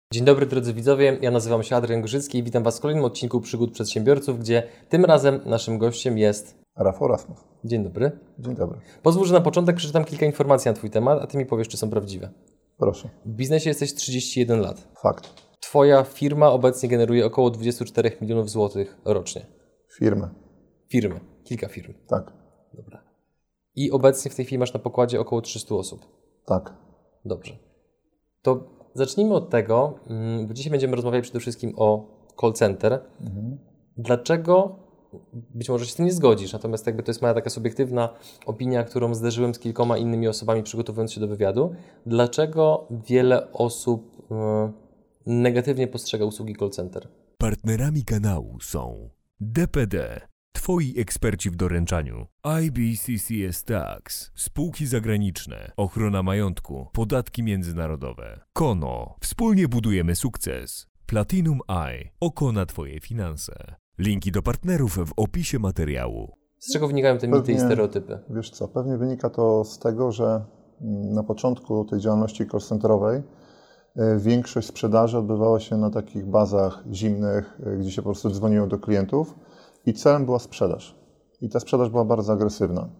Dzień dobry drodzy widzowie, ja nazywam się Adrian Gorzycki i witam Was w kolejnym odcinku Przygód Przedsiębiorców, gdzie tym razem naszym gościem jest Rafał Rasmus. Dzień dobry. Dzień dobry. Pozwól, że na początek przeczytam kilka informacji na Twój temat, a Ty mi powiesz, czy są prawdziwe. Proszę. W biznesie jesteś 31 lat. Fakt. Twoja firma obecnie generuje około 24 milionów złotych rocznie. Firmy. Kilka firm. Tak. Dobra. I obecnie w tej firmie masz na pokładzie około 300 osób. Tak. Dobrze. To zacznijmy od tego, bo dzisiaj będziemy rozmawiać przede wszystkim o call center. Dlaczego, być może się z tym nie zgodzisz, natomiast to jest moja taka subiektywna opinia, którą zderzyłem z kilkoma innymi osobami przygotowując się do wywiadu. Dlaczego wiele osób negatywnie postrzega usługi call center? Partnerami kanału są DPD, Twoi eksperci w doręczaniu, IBCCS Tax, spółki zagraniczne, ochrona majątku, podatki międzynarodowe, Kono, wspólnie budujemy sukces, Platinum Eye, oko na Twoje finanse. Linki do partnerów w opisie materiału. Z czego wynikają te mity i stereotypy? Wiesz co, pewnie wynika to z tego, że na początku tej działalności call centerowej większość sprzedaży odbywała się na takich bazach zimnych, gdzie się po prostu dzwoniło do klientów i celem była sprzedaż. I ta sprzedaż była bardzo agresywna.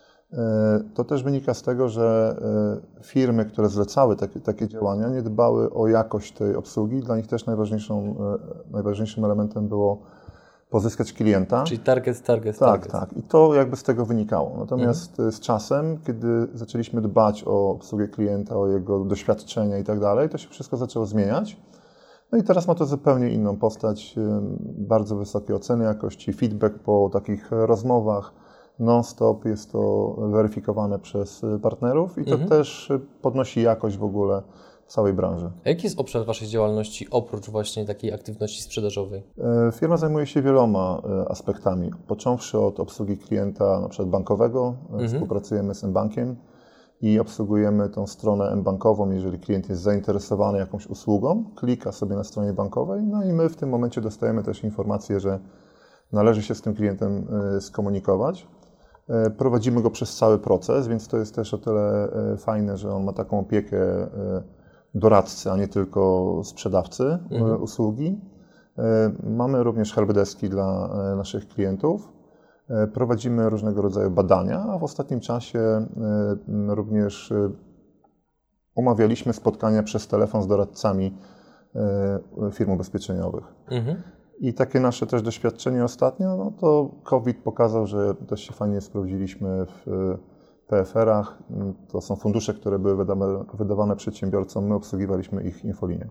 To też wynika z tego, że firmy, które zlecały takie działania, nie dbały o jakość tej obsługi. Dla nich też najważniejszym elementem było pozyskać klienta. Czyli target. Tak. I to jakby z tego wynikało. Natomiast z czasem, kiedy zaczęliśmy dbać o obsługę klienta, o jego doświadczenia i tak dalej, to się wszystko zaczęło zmieniać. No i teraz ma to zupełnie inną postać, bardzo wysokie oceny jakości, feedback po takich rozmowach, non-stop jest to weryfikowane przez partnerów i to też podnosi jakość w ogóle całej branży. A jaki jest obszar Waszej działalności oprócz właśnie takiej aktywności sprzedażowej? Firma zajmuje się wieloma aspektami, począwszy od obsługi klienta na przykład bankowego, współpracujemy z mBankiem i obsługujemy tą stronę mBankową, jeżeli klient jest zainteresowany jakąś usługą, klika sobie na stronie bankowej, no i my w tym momencie dostajemy też informację, że należy się z tym klientem skomunikować. Prowadzimy go przez cały proces, więc to jest też o tyle fajne, że on ma taką opiekę doradcy, a nie tylko sprzedawcy usługi. Mamy również helpdeski dla naszych klientów. Prowadzimy różnego rodzaju badania, a w ostatnim czasie również umawialiśmy spotkania przez telefon z doradcami firm ubezpieczeniowych. I takie nasze też doświadczenie ostatnio, no to COVID pokazał, że też się fajnie sprawdziliśmy w PFR-ach. To są fundusze, które były wydawane przedsiębiorcom. My obsługiwaliśmy ich infolinię.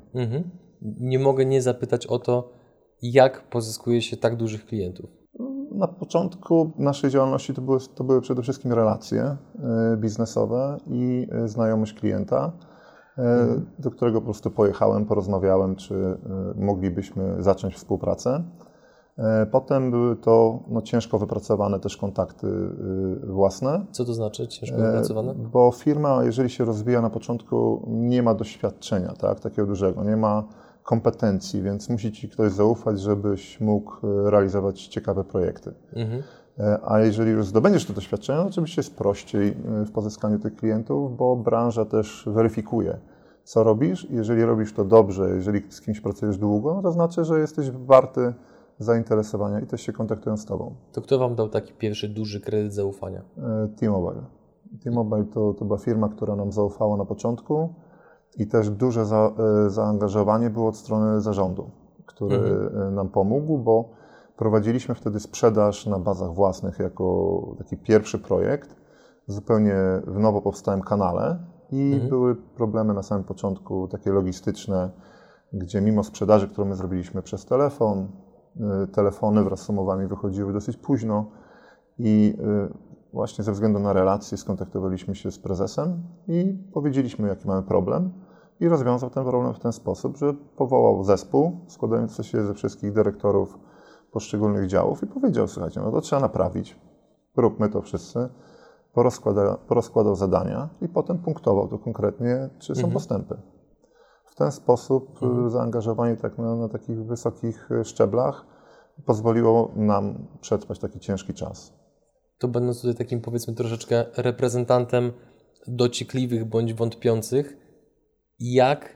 Nie mogę nie zapytać o to, jak pozyskuje się tak dużych klientów. Na początku naszej działalności to były przede wszystkim relacje biznesowe i znajomość klienta, do którego po prostu pojechałem, porozmawiałem, czy moglibyśmy zacząć współpracę. Potem były to ciężko wypracowane też kontakty własne. Co to znaczy ciężko wypracowane? Bo firma, jeżeli się rozwija na początku, nie ma doświadczenia takiego dużego, nie ma kompetencji, więc musi Ci ktoś zaufać, żebyś mógł realizować ciekawe projekty. A jeżeli już zdobędziesz to doświadczenie, to oczywiście jest prościej w pozyskaniu tych klientów, bo branża też weryfikuje, co robisz. Jeżeli robisz to dobrze, jeżeli z kimś pracujesz długo, no to znaczy, że jesteś warty zainteresowania i też się kontaktują z Tobą. To kto Wam dał taki pierwszy duży kredyt zaufania? T-Mobile. T-Mobile to była firma, która nam zaufała na początku i też duże zaangażowanie było od strony zarządu, który nam pomógł, bo prowadziliśmy wtedy sprzedaż na bazach własnych jako taki pierwszy projekt, zupełnie w nowo powstałym kanale i były problemy na samym początku takie logistyczne, gdzie mimo sprzedaży, którą my zrobiliśmy przez telefon, telefony wraz z umowami wychodziły dosyć późno i właśnie ze względu na relacje skontaktowaliśmy się z prezesem i powiedzieliśmy, jaki mamy problem i rozwiązał ten problem w ten sposób, że powołał zespół składający się ze wszystkich dyrektorów poszczególnych działów i powiedział, słuchajcie, no to trzeba naprawić, róbmy to wszyscy, porozkładał zadania i potem punktował to konkretnie, czy są postępy. W ten sposób zaangażowanie na takich wysokich szczeblach pozwoliło nam przetrwać taki ciężki czas. To będąc tutaj takim, powiedzmy, troszeczkę reprezentantem dociekliwych bądź wątpiących, jak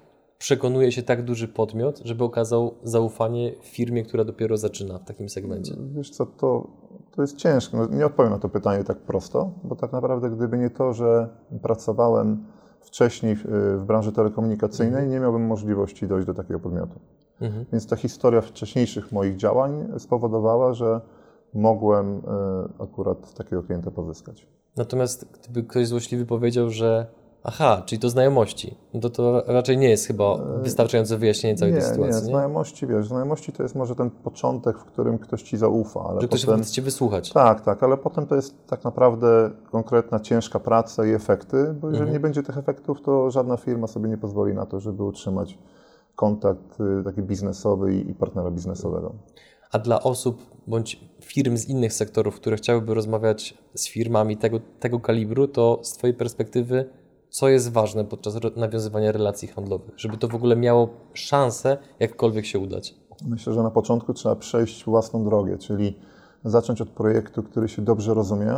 przekonuje się tak duży podmiot, żeby okazał zaufanie firmie, która dopiero zaczyna w takim segmencie? Wiesz co, to jest ciężko. No, nie odpowiem na to pytanie tak prosto, bo tak naprawdę gdyby nie to, że pracowałem wcześniej w branży telekomunikacyjnej, nie miałbym możliwości dojść do takiego podmiotu. Więc ta historia wcześniejszych moich działań spowodowała, że mogłem akurat takiego klienta pozyskać. Natomiast gdyby ktoś złośliwy powiedział, że czyli to znajomości, no to raczej nie jest chyba wystarczające wyjaśnienie całej tej sytuacji. Znajomości to jest może ten początek, w którym ktoś ci zaufa. Ale że ktoś chce cię wysłuchać. Tak, ale potem to jest tak naprawdę konkretna, ciężka praca i efekty, bo jeżeli nie będzie tych efektów, to żadna firma sobie nie pozwoli na to, żeby utrzymać kontakt taki biznesowy i partnera biznesowego. A dla osób bądź firm z innych sektorów, które chciałyby rozmawiać z firmami tego kalibru, to z Twojej perspektywy, co jest ważne podczas nawiązywania relacji handlowych, żeby to w ogóle miało szansę jakkolwiek się udać? Myślę, że na początku trzeba przejść własną drogę, czyli zacząć od projektu, który się dobrze rozumie,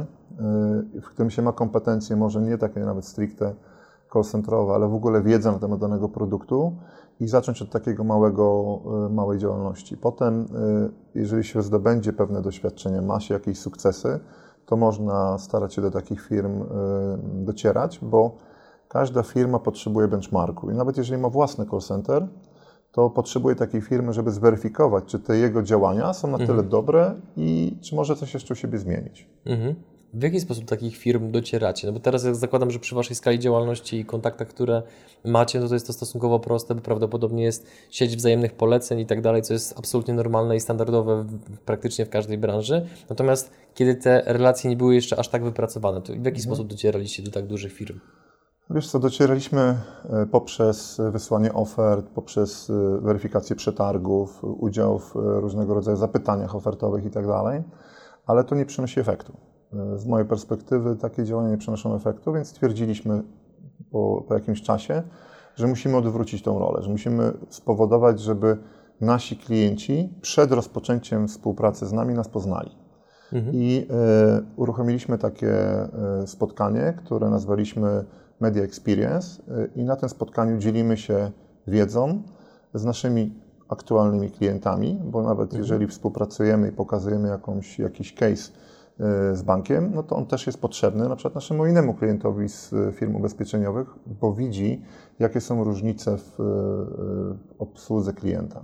w którym się ma kompetencje, może nie takie nawet stricte call centrowe, ale w ogóle wiedzę na temat danego produktu i zacząć od takiego małej działalności. Potem, jeżeli się zdobędzie pewne doświadczenie, ma się jakieś sukcesy, to można starać się do takich firm docierać, bo każda firma potrzebuje benchmarku i nawet jeżeli ma własny call center, to potrzebuje takiej firmy, żeby zweryfikować, czy te jego działania są na tyle dobre i czy może coś jeszcze u siebie zmienić. W jaki sposób takich firm docieracie? No bo teraz ja zakładam, że przy Waszej skali działalności i kontaktach, które macie, no to jest to stosunkowo proste, bo prawdopodobnie jest sieć wzajemnych poleceń i tak dalej, co jest absolutnie normalne i standardowe praktycznie w każdej branży. Natomiast kiedy te relacje nie były jeszcze aż tak wypracowane, to w jaki sposób docieraliście do tak dużych firm? Wiesz co, docieraliśmy poprzez wysłanie ofert, poprzez weryfikację przetargów, udział w różnego rodzaju zapytaniach ofertowych i tak dalej, ale to nie przynosi efektu. Z mojej perspektywy takie działania nie przynoszą efektu, więc stwierdziliśmy po jakimś czasie, że musimy odwrócić tą rolę, że musimy spowodować, żeby nasi klienci przed rozpoczęciem współpracy z nami nas poznali. I uruchomiliśmy takie spotkanie, które nazwaliśmy Media Experience i na tym spotkaniu dzielimy się wiedzą z naszymi aktualnymi klientami, bo nawet jeżeli współpracujemy i pokazujemy jakiś case z bankiem, no to on też jest potrzebny na przykład naszemu innemu klientowi z firm ubezpieczeniowych, bo widzi, jakie są różnice w obsłudze klienta.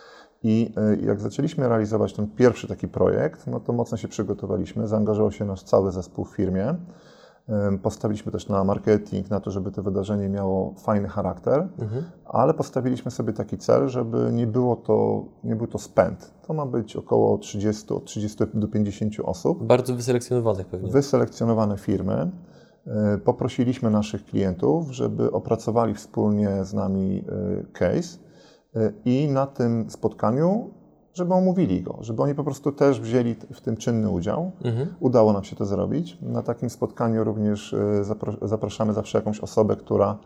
I jak zaczęliśmy realizować ten pierwszy taki projekt, no to mocno się przygotowaliśmy, zaangażował się nasz cały zespół w firmie. Postawiliśmy też na marketing, na to, żeby to wydarzenie miało fajny charakter, ale postawiliśmy sobie taki cel, żeby nie był to spęd. To ma być około od 30 do 50 osób. Bardzo wyselekcjonowanych pewnie. Wyselekcjonowane firmy. Poprosiliśmy naszych klientów, żeby opracowali wspólnie z nami case i na tym spotkaniu żeby omówili go, żeby oni po prostu też wzięli w tym czynny udział. Udało nam się to zrobić. Na takim spotkaniu również zapraszamy zawsze jakąś osobę, która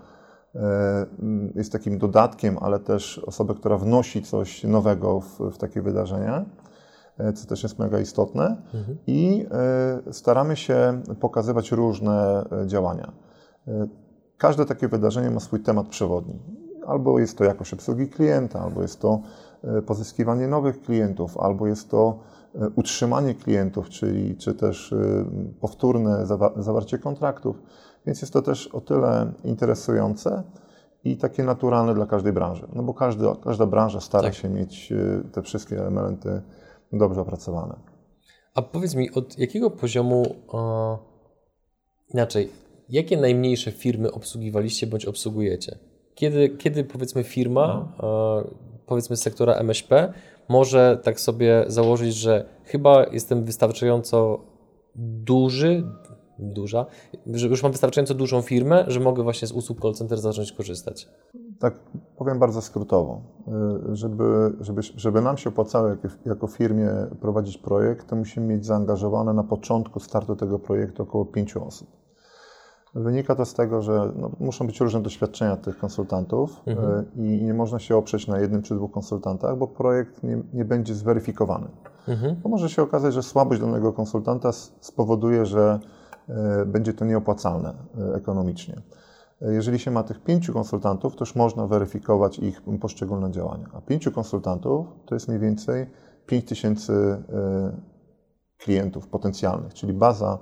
jest takim dodatkiem, ale też osobę, która wnosi coś nowego w takie wydarzenia, co też jest mega istotne. I staramy się pokazywać różne działania. Każde takie wydarzenie ma swój temat przewodni. Albo jest to jakość obsługi klienta, albo jest to pozyskiwanie nowych klientów, albo jest to utrzymanie klientów, czy też powtórne zawarcie kontraktów. Więc jest to też o tyle interesujące i takie naturalne dla każdej branży. No bo każda branża stara się mieć te wszystkie elementy dobrze opracowane. A powiedz mi, od jakiego poziomu, jakie najmniejsze firmy obsługiwaliście bądź obsługujecie? Kiedy powiedzmy firma, powiedzmy z sektora MŚP, może tak sobie założyć, że chyba jestem wystarczająco duża, że już mam wystarczająco dużą firmę, że mogę właśnie z usług call center zacząć korzystać? Tak powiem bardzo skrótowo. Żeby nam się opłacało jako firmie prowadzić projekt, to musimy mieć zaangażowane na początku startu tego projektu około 5 osób. Wynika to z tego, że muszą być różne doświadczenia tych konsultantów i nie można się oprzeć na 1 czy 2 konsultantach, bo projekt nie będzie zweryfikowany. Bo może się okazać, że słabość danego konsultanta spowoduje, że będzie to nieopłacalne ekonomicznie. Jeżeli się ma tych 5 konsultantów, to już można weryfikować ich poszczególne działania. A 5 konsultantów to jest mniej więcej 5000 klientów potencjalnych, czyli baza,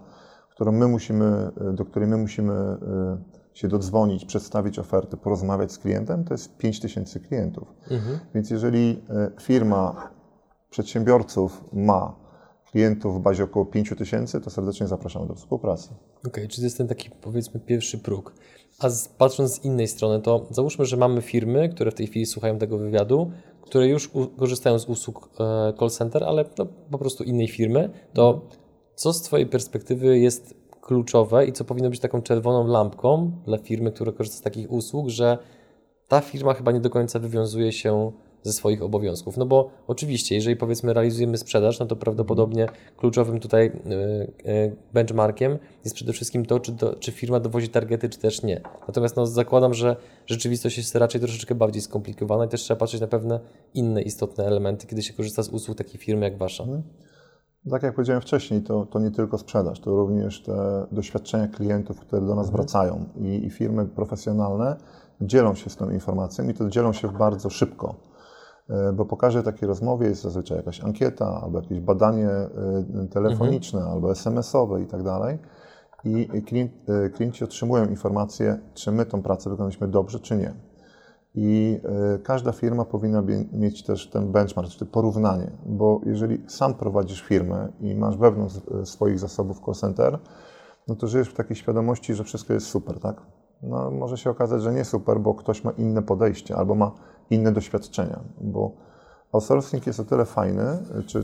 do której my musimy się dodzwonić, przedstawić oferty, porozmawiać z klientem, to jest 5000 klientów. Więc jeżeli firma przedsiębiorców ma klientów w bazie około 5000, to serdecznie zapraszamy do współpracy. Okej, czyli to jest ten taki, powiedzmy, pierwszy próg. A patrząc z innej strony, to załóżmy, że mamy firmy, które w tej chwili słuchają tego wywiadu, które już korzystają z usług call center, ale po prostu innej firmy, to co z Twojej perspektywy jest kluczowe i co powinno być taką czerwoną lampką dla firmy, która korzysta z takich usług, że ta firma chyba nie do końca wywiązuje się ze swoich obowiązków. No bo oczywiście, jeżeli powiedzmy realizujemy sprzedaż, no to prawdopodobnie kluczowym tutaj benchmarkiem jest przede wszystkim to, czy firma dowozi targety, czy też nie. Natomiast zakładam, że rzeczywistość jest raczej troszeczkę bardziej skomplikowana i też trzeba patrzeć na pewne inne istotne elementy, kiedy się korzysta z usług takiej firmy jak Wasza. Tak jak powiedziałem wcześniej, to nie tylko sprzedaż, to również te doświadczenia klientów, które do nas wracają i firmy profesjonalne dzielą się z tą informacją i to dzielą się bardzo szybko. Bo po każdej takiej rozmowie jest zazwyczaj jakaś ankieta, albo jakieś badanie telefoniczne, albo SMS-owe i tak dalej. I klienci otrzymują informację, czy my tą pracę wykonaliśmy dobrze, czy nie. I każda firma powinna mieć też ten benchmark, czyli porównanie, bo jeżeli sam prowadzisz firmę i masz wewnątrz swoich zasobów call center, no to żyjesz w takiej świadomości, że wszystko jest super, tak? No, może się okazać, że nie super, bo ktoś ma inne podejście albo ma inne doświadczenia, bo outsourcing jest o tyle fajny, czy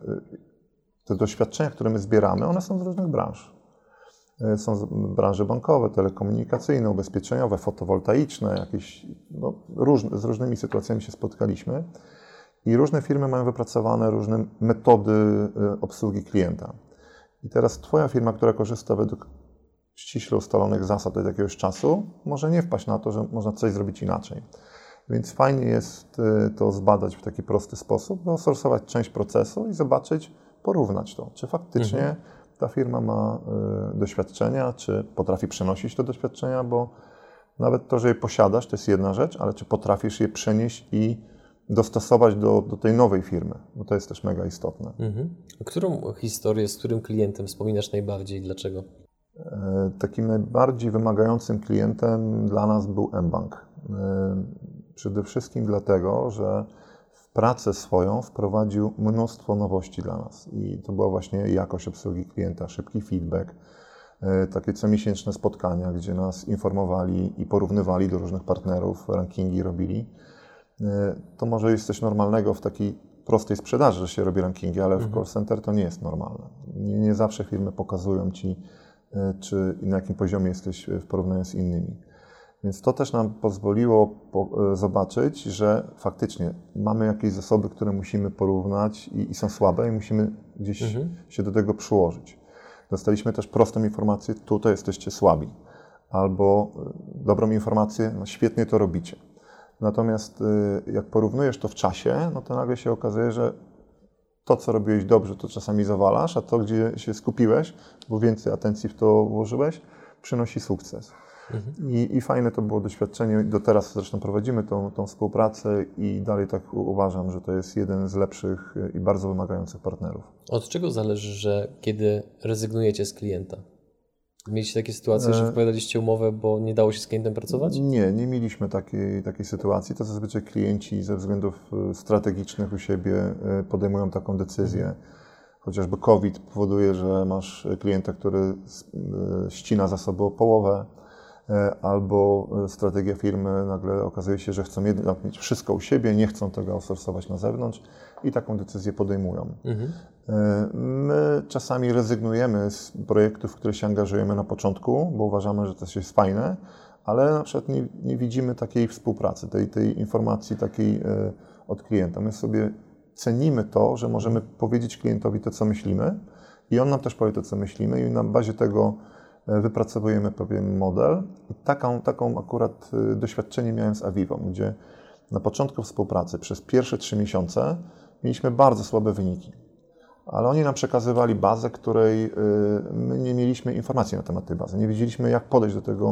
te doświadczenia, które my zbieramy, one są z różnych branż. Są branże bankowe, telekomunikacyjne, ubezpieczeniowe, fotowoltaiczne, jakieś, z różnymi sytuacjami się spotkaliśmy i różne firmy mają wypracowane różne metody obsługi klienta. I teraz Twoja firma, która korzysta według ściśle ustalonych zasad od jakiegoś czasu, może nie wpaść na to, że można coś zrobić inaczej. Więc fajnie jest to zbadać w taki prosty sposób, outsourcować część procesu i zobaczyć, porównać to, czy faktycznie ta firma ma doświadczenia, czy potrafi przenosić te doświadczenia, bo nawet to, że je posiadasz, to jest jedna rzecz, ale czy potrafisz je przenieść i dostosować do tej nowej firmy, bo to jest też mega istotne. A którą historię, z którym klientem wspominasz najbardziej? Dlaczego? Takim najbardziej wymagającym klientem dla nas był mBank. Przede wszystkim dlatego, że w pracę swoją wprowadził mnóstwo nowości dla nas i to była właśnie jakość obsługi klienta, szybki feedback, takie comiesięczne spotkania, gdzie nas informowali i porównywali do różnych partnerów, rankingi robili. To może jest coś normalnego w takiej prostej sprzedaży, że się robi rankingi, ale w call center to nie jest normalne. Nie zawsze firmy pokazują Ci, czy na jakim poziomie jesteś w porównaniu z innymi. Więc to też nam pozwoliło zobaczyć, że faktycznie mamy jakieś zasoby, które musimy porównać i są słabe i musimy gdzieś się do tego przyłożyć. Dostaliśmy też prostą informację, tutaj jesteście słabi. Albo dobrą informację, no świetnie to robicie. Natomiast jak porównujesz to w czasie, no to nagle się okazuje, że to, co robiłeś dobrze, to czasami zawalasz, a to, gdzie się skupiłeś, bo więcej atencji w to włożyłeś, przynosi sukces. I fajne to było doświadczenie. Do teraz zresztą prowadzimy tą współpracę i dalej tak uważam, że to jest jeden z lepszych i bardzo wymagających partnerów. Od czego zależy, że kiedy rezygnujecie z klienta? Mieliście takie sytuacje, że wypowiadaliście umowę, bo nie dało się z klientem pracować? Nie mieliśmy takiej sytuacji. To zazwyczaj klienci ze względów strategicznych u siebie podejmują taką decyzję. Chociażby COVID powoduje, że masz klienta, który ścina zasoby o połowę, albo strategia firmy nagle okazuje się, że chcą jednak mieć wszystko u siebie, nie chcą tego outsourcować na zewnątrz i taką decyzję podejmują. My czasami rezygnujemy z projektów, w które się angażujemy na początku, bo uważamy, że to jest fajne, ale na przykład nie widzimy takiej współpracy, tej informacji takiej od klienta. My sobie cenimy to, że możemy powiedzieć klientowi to, co myślimy i on nam też powie to, co myślimy i na bazie tego wypracowujemy pewien model. I taką akurat doświadczenie miałem z Avivą, gdzie na początku współpracy przez pierwsze 3 miesiące mieliśmy bardzo słabe wyniki. Ale oni nam przekazywali bazę, której my nie mieliśmy informacji na temat tej bazy. Nie wiedzieliśmy, jak podejść do tego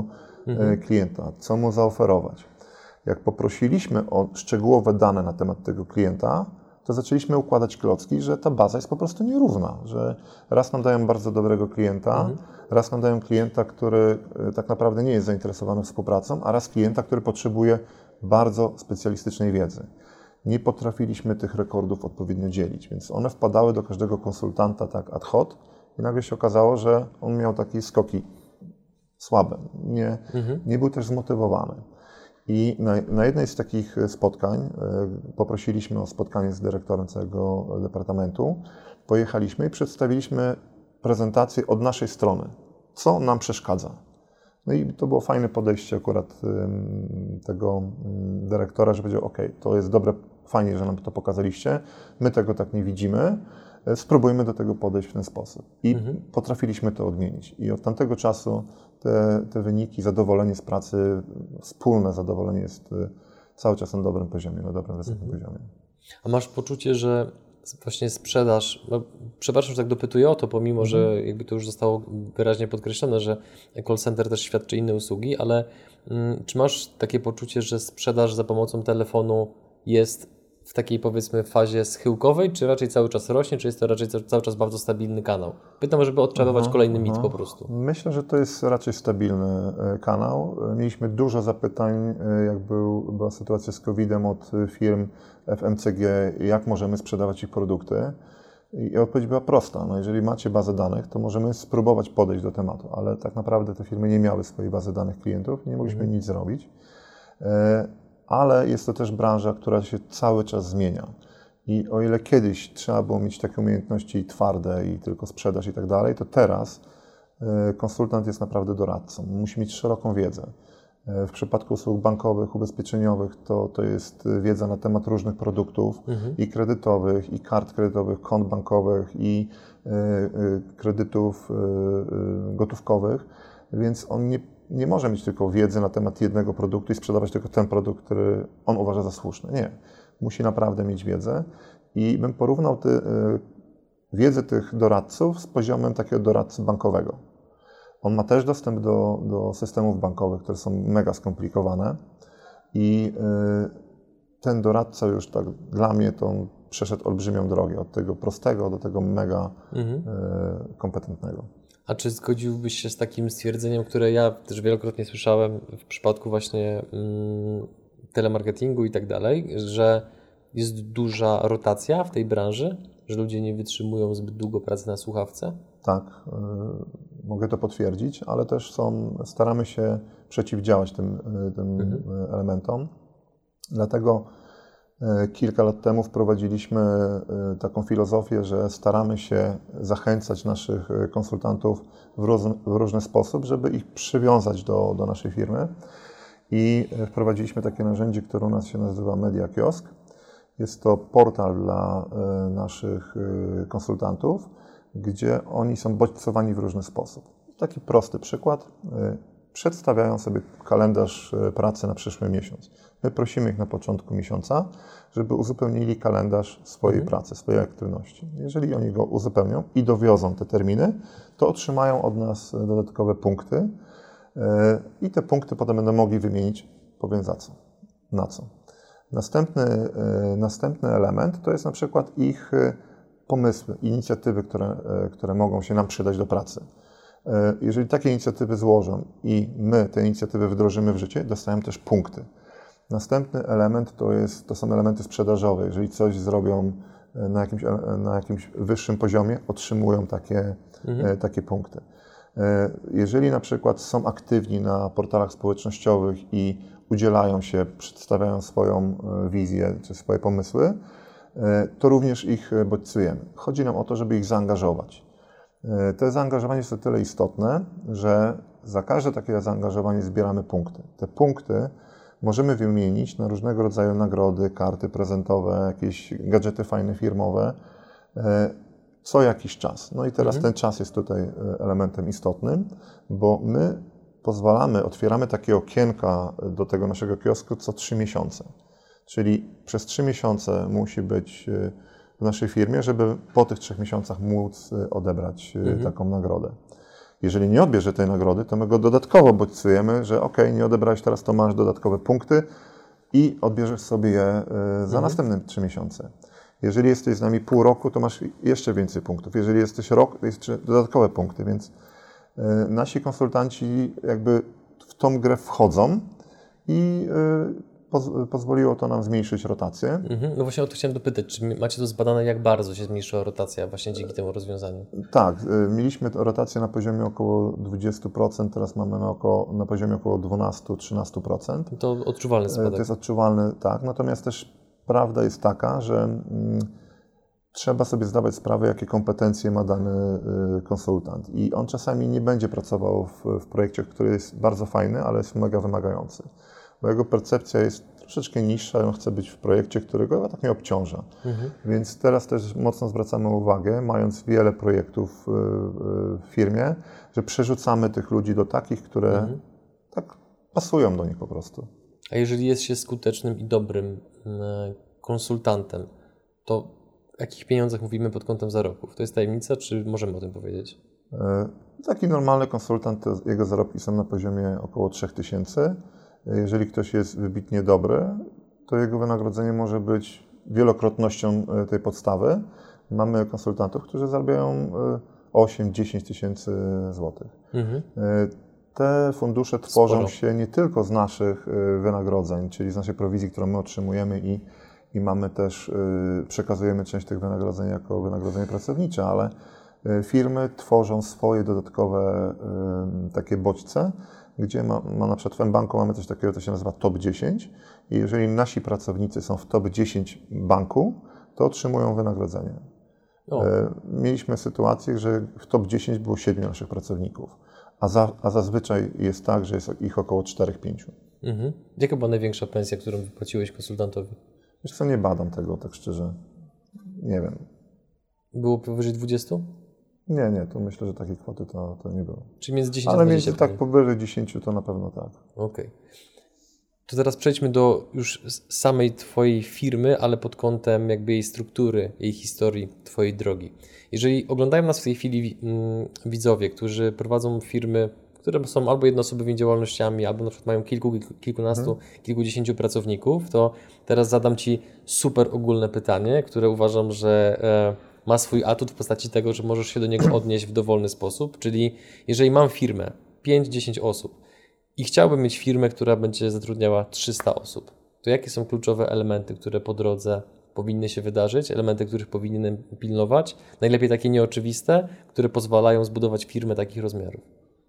klienta, co mu zaoferować. Jak poprosiliśmy o szczegółowe dane na temat tego klienta, to zaczęliśmy układać klocki, że ta baza jest po prostu nierówna, że raz nam dają bardzo dobrego klienta, raz nam dają klienta, który tak naprawdę nie jest zainteresowany współpracą, a raz klienta, który potrzebuje bardzo specjalistycznej wiedzy. Nie potrafiliśmy tych rekordów odpowiednio dzielić, więc one wpadały do każdego konsultanta tak ad hoc i nagle się okazało, że on miał takie skoki słabe, nie był też zmotywowany. I na jednej z takich spotkań poprosiliśmy o spotkanie z dyrektorem całego departamentu. Pojechaliśmy i przedstawiliśmy prezentację od naszej strony, co nam przeszkadza. No i to było fajne podejście akurat tego dyrektora, że powiedział, OK, to jest dobre, fajnie, że nam to pokazaliście, my tego tak nie widzimy, spróbujmy do tego podejść w ten sposób. I potrafiliśmy to odmienić. I od tamtego czasu te wyniki, zadowolenie z pracy, wspólne zadowolenie jest cały czas na dobrym poziomie, na dobrym, wysokim poziomie. A masz poczucie, że właśnie sprzedaż, no, przepraszam, że tak dopytuję o to, pomimo, że jakby to już zostało wyraźnie podkreślone, że call center też świadczy inne usługi, ale czy masz takie poczucie, że sprzedaż za pomocą telefonu jest w takiej, powiedzmy, fazie schyłkowej, czy raczej cały czas rośnie, czy jest to raczej cały czas bardzo stabilny kanał? Pytam, żeby odczarować kolejny mit po prostu. Myślę, że to jest raczej stabilny kanał. Mieliśmy dużo zapytań, jak była sytuacja z COVID-em od firm FMCG, jak możemy sprzedawać ich produkty. I odpowiedź była prosta. No jeżeli macie bazę danych, to możemy spróbować podejść do tematu, ale tak naprawdę te firmy nie miały swojej bazy danych klientów i nie mogliśmy nic zrobić. Ale jest to też branża, która się cały czas zmienia. I o ile kiedyś trzeba było mieć takie umiejętności twarde i tylko sprzedaż i tak dalej, to teraz konsultant jest naprawdę doradcą. Musi mieć szeroką wiedzę. W przypadku usług bankowych, ubezpieczeniowych to jest wiedza na temat różnych produktów i kredytowych, i kart kredytowych, kont bankowych, i kredytów gotówkowych, więc on nie może mieć tylko wiedzy na temat jednego produktu i sprzedawać tylko ten produkt, który on uważa za słuszny. Nie. Musi naprawdę mieć wiedzę i bym porównał wiedzę tych doradców z poziomem takiego doradcy bankowego. On ma też dostęp do systemów bankowych, które są mega skomplikowane i ten doradca już tak dla mnie to on przeszedł olbrzymią drogę od tego prostego do tego mega kompetentnego. A czy zgodziłbyś się z takim stwierdzeniem, które ja też wielokrotnie słyszałem w przypadku właśnie telemarketingu i tak dalej, że jest duża rotacja w tej branży, że ludzie nie wytrzymują zbyt długo pracy na słuchawce? Tak, mogę to potwierdzić, ale też staramy się przeciwdziałać tym elementom. Dlatego kilka lat temu wprowadziliśmy taką filozofię, że staramy się zachęcać naszych konsultantów w różny sposób, żeby ich przywiązać do naszej firmy. I wprowadziliśmy takie narzędzie, które u nas się nazywa Media Kiosk. Jest to portal dla naszych konsultantów, gdzie oni są bodźcowani w różny sposób. Taki prosty przykład. Przedstawiają sobie kalendarz pracy na przyszły miesiąc. My prosimy ich na początku miesiąca, żeby uzupełnili kalendarz swojej pracy, swojej aktywności. Jeżeli oni go uzupełnią i dowiozą te terminy, to otrzymają od nas dodatkowe punkty i te punkty potem będą mogli wymienić, powiem za co, na co. Następny element to jest na przykład ich pomysły, inicjatywy, które mogą się nam przydać do pracy. Jeżeli takie inicjatywy złożą i my te inicjatywy wdrożymy w życie, dostają też punkty. Następny element to są elementy sprzedażowe. Jeżeli coś zrobią na jakimś wyższym poziomie, otrzymują takie punkty. Jeżeli na przykład są aktywni na portalach społecznościowych i udzielają się, przedstawiają swoją wizję czy swoje pomysły, to również ich bodźcujemy. Chodzi nam o to, żeby ich zaangażować. To zaangażowanie jest o tyle istotne, że za każde takie zaangażowanie zbieramy punkty. Te punkty możemy wymienić na różnego rodzaju nagrody, karty prezentowe, jakieś gadżety fajne firmowe co jakiś czas. No i teraz ten czas jest tutaj elementem istotnym, bo my otwieramy takie okienka do tego naszego kiosku co 3 miesiące. Czyli przez 3 miesiące musi być w naszej firmie, żeby po tych 3 miesiącach móc odebrać taką nagrodę. Jeżeli nie odbierze tej nagrody, to my go dodatkowo bodźcujemy, że nie odebrałeś teraz, to masz dodatkowe punkty i odbierzesz sobie je za następne 3 miesiące. Jeżeli jesteś z nami pół roku, to masz jeszcze więcej punktów. Jeżeli jesteś rok, to jeszcze dodatkowe punkty, więc nasi konsultanci jakby w tą grę wchodzą i pozwoliło to nam zmniejszyć rotację. No właśnie o to chciałem dopytać, czy macie to zbadane, jak bardzo się zmniejszyła rotacja właśnie dzięki temu rozwiązaniu? Tak, mieliśmy rotację na poziomie około 20%, teraz mamy na poziomie około 12-13%. To odczuwalny spadek. To jest odczuwalny, tak. Natomiast też prawda jest taka, że trzeba sobie zdawać sprawę, jakie kompetencje ma dany konsultant. I on czasami nie będzie pracował w projekcie, który jest bardzo fajny, ale jest mega wymagający. Bo jego percepcja jest troszeczkę niższa, on chce być w projekcie, którego tak nie obciąża. Więc teraz też mocno zwracamy uwagę, mając wiele projektów w firmie, że przerzucamy tych ludzi do takich, które tak pasują do nich po prostu. A jeżeli jest się skutecznym i dobrym konsultantem, to o jakich pieniądzach mówimy pod kątem zarobków? To jest tajemnica, czy możemy o tym powiedzieć? Taki normalny konsultant, jego zarobki są na poziomie około 3000. Jeżeli ktoś jest wybitnie dobry, to jego wynagrodzenie może być wielokrotnością tej podstawy. Mamy konsultantów, którzy zarabiają 8-10 tysięcy złotych. Te fundusze tworzą się nie tylko z naszych wynagrodzeń, czyli z naszej prowizji, którą my otrzymujemy i mamy też, przekazujemy część tych wynagrodzeń jako wynagrodzenie pracownicze, ale firmy tworzą swoje dodatkowe takie bodźce, gdzie na przykład w mBanku mamy coś takiego, co się nazywa top 10 i jeżeli nasi pracownicy są w top 10 banku, to otrzymują wynagrodzenie. Mieliśmy sytuację, że w top 10 było 7 naszych pracowników, a zazwyczaj jest tak, że jest ich około 4-5. Jaka była największa pensja, którą wypłaciłeś konsultantowi? Wiesz co, nie badam tego, tak szczerze. Nie wiem. Było powyżej 20? Nie, to myślę, że takiej kwoty to nie było. Czyli między 10 a 20? Ale między tak powyżej 10 to na pewno tak. Okej. To teraz przejdźmy do już samej Twojej firmy, ale pod kątem jakby jej struktury, jej historii, Twojej drogi. Jeżeli oglądają nas w tej chwili widzowie, którzy prowadzą firmy, które są albo jednoosobowymi działalnościami, albo na przykład mają kilkunastu, kilkudziesięciu pracowników, to teraz zadam Ci super ogólne pytanie, które uważam, że ma swój atut w postaci tego, że możesz się do niego odnieść w dowolny sposób. Czyli jeżeli mam firmę, 5-10 osób i chciałbym mieć firmę, która będzie zatrudniała 300 osób, to jakie są kluczowe elementy, które po drodze powinny się wydarzyć, elementy, których powinienem pilnować, najlepiej takie nieoczywiste, które pozwalają zbudować firmę takich rozmiarów?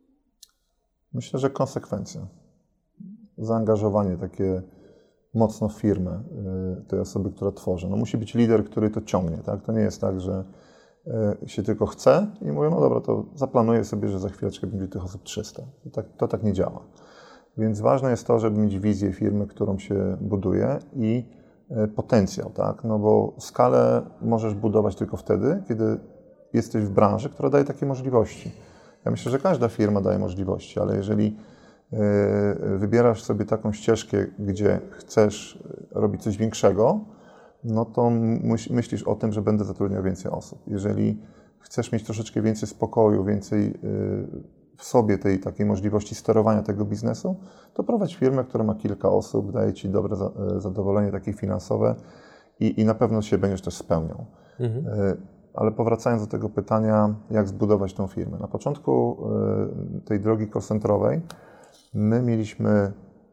Myślę, że konsekwencja. Zaangażowanie takie mocno w firmę tej osoby, która tworzy. No musi być lider, który to ciągnie. Tak? To nie jest tak, że się tylko chce i mówię, no dobra, to zaplanuję sobie, że za chwileczkę będzie tych osób 300. To tak nie działa. Więc ważne jest to, żeby mieć wizję firmy, którą się buduje i potencjał, tak? No bo skalę możesz budować tylko wtedy, kiedy jesteś w branży, która daje takie możliwości. Ja myślę, że każda firma daje możliwości, ale jeżeli wybierasz sobie taką ścieżkę, gdzie chcesz robić coś większego, no to myślisz o tym, że będę zatrudniał więcej osób. Jeżeli chcesz mieć troszeczkę więcej spokoju, więcej w sobie tej takiej możliwości sterowania tego biznesu, to prowadź firmę, która ma kilka osób, daje Ci dobre zadowolenie takie finansowe i na pewno się będziesz też spełniał. Ale powracając do tego pytania, jak zbudować tą firmę. Na początku tej drogi call-centrowej my mieliśmy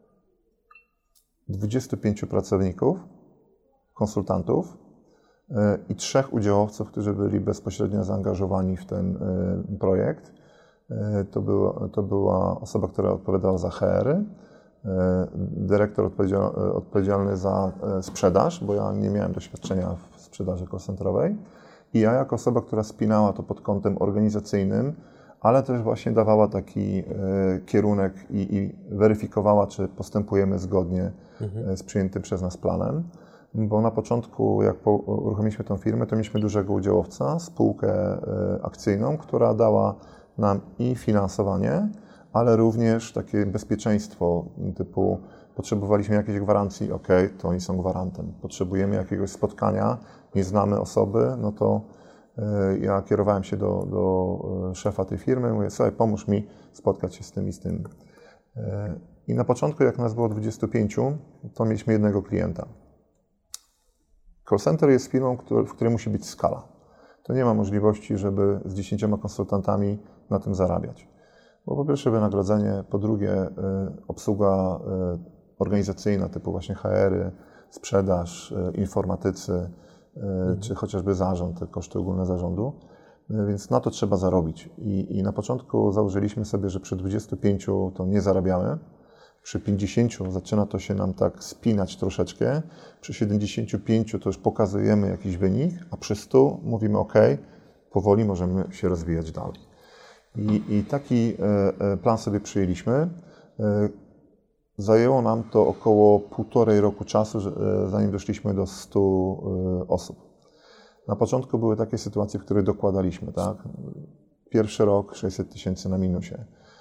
25 pracowników, konsultantów i 3 udziałowców, którzy byli bezpośrednio zaangażowani w ten projekt. To była osoba, która odpowiadała za HR-y, dyrektor odpowiedzialny za sprzedaż, bo ja nie miałem doświadczenia w sprzedaży call-centrowej i ja jako osoba, która spinała to pod kątem organizacyjnym, ale też właśnie dawała taki kierunek i weryfikowała, czy postępujemy zgodnie z przyjętym przez nas planem. Bo na początku, jak uruchomiliśmy tę firmę, to mieliśmy dużego udziałowca, spółkę akcyjną, która dała nam i finansowanie, ale również takie bezpieczeństwo typu potrzebowaliśmy jakiejś gwarancji, to oni są gwarantem. Potrzebujemy jakiegoś spotkania, nie znamy osoby, no to Ja kierowałem się do szefa tej firmy, mówię, słuchaj, pomóż mi spotkać się z tym i z tym. I na początku, jak nas było 25, to mieliśmy jednego klienta. Call center jest firmą, w której musi być skala. To nie ma możliwości, żeby z 10 konsultantami na tym zarabiać. Bo po pierwsze wynagrodzenie, po drugie obsługa organizacyjna typu właśnie HR-y, sprzedaż, informatycy, czy chociażby zarząd, te koszty ogólne zarządu. Więc na to trzeba zarobić. I na początku założyliśmy sobie, że przy 25 to nie zarabiamy. Przy 50 zaczyna to się nam tak spinać troszeczkę. Przy 75 to już pokazujemy jakiś wynik, a przy 100 mówimy OK, powoli możemy się rozwijać dalej. I taki plan sobie przyjęliśmy. Zajęło nam to około 1,5 roku czasu, zanim doszliśmy do 100 osób. Na początku były takie sytuacje, w których dokładaliśmy, tak? Pierwszy rok 600 tysięcy na minusie.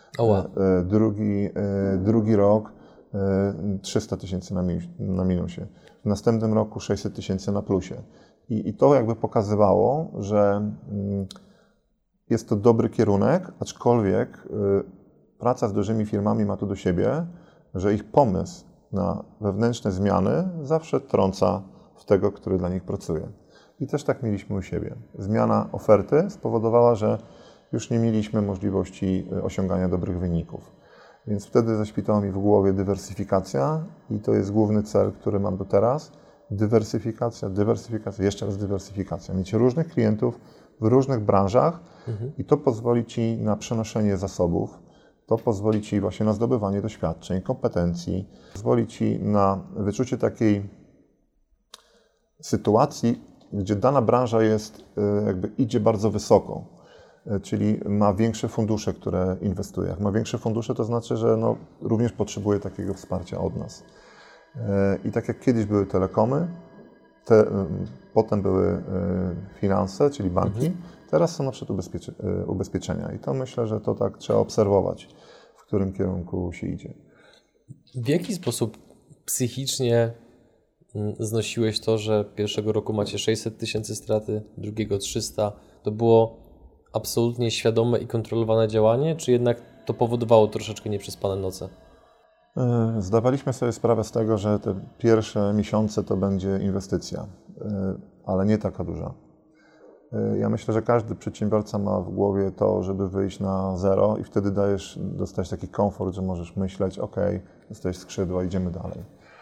Drugi rok 300 tysięcy na minusie. W następnym roku 600 tysięcy na plusie. I to jakby pokazywało, że jest to dobry kierunek, aczkolwiek praca z dużymi firmami ma to do siebie, że ich pomysł na wewnętrzne zmiany zawsze trąca w tego, który dla nich pracuje. I też tak mieliśmy u siebie. Zmiana oferty spowodowała, że już nie mieliśmy możliwości osiągania dobrych wyników. Więc wtedy zaświtała mi w głowie dywersyfikacja i to jest główny cel, który mam do teraz. Dywersyfikacja, jeszcze raz dywersyfikacja. Mieć różnych klientów w różnych branżach i to pozwoli Ci na przenoszenie zasobów, to pozwoli Ci właśnie na zdobywanie doświadczeń, kompetencji, pozwoli Ci na wyczucie takiej sytuacji, gdzie dana branża idzie bardzo wysoko, czyli ma większe fundusze, które inwestuje. Jak ma większe fundusze, to znaczy, że również potrzebuje takiego wsparcia od nas. I tak jak kiedyś były telekomy, potem były finanse, czyli banki, teraz są na przykład ubezpieczenia. I to myślę, że to tak trzeba obserwować, w którym kierunku się idzie. W jaki sposób psychicznie znosiłeś to, że pierwszego roku macie 600 tysięcy straty, drugiego 300? To było absolutnie świadome i kontrolowane działanie, czy jednak to powodowało troszeczkę nieprzespane noce? Zdawaliśmy sobie sprawę z tego, że te pierwsze miesiące to będzie inwestycja, ale nie taka duża. Ja myślę, że każdy przedsiębiorca ma w głowie to, żeby wyjść na zero i wtedy dostajesz taki komfort, że możesz myśleć, OK, dostajesz skrzydła, idziemy dalej.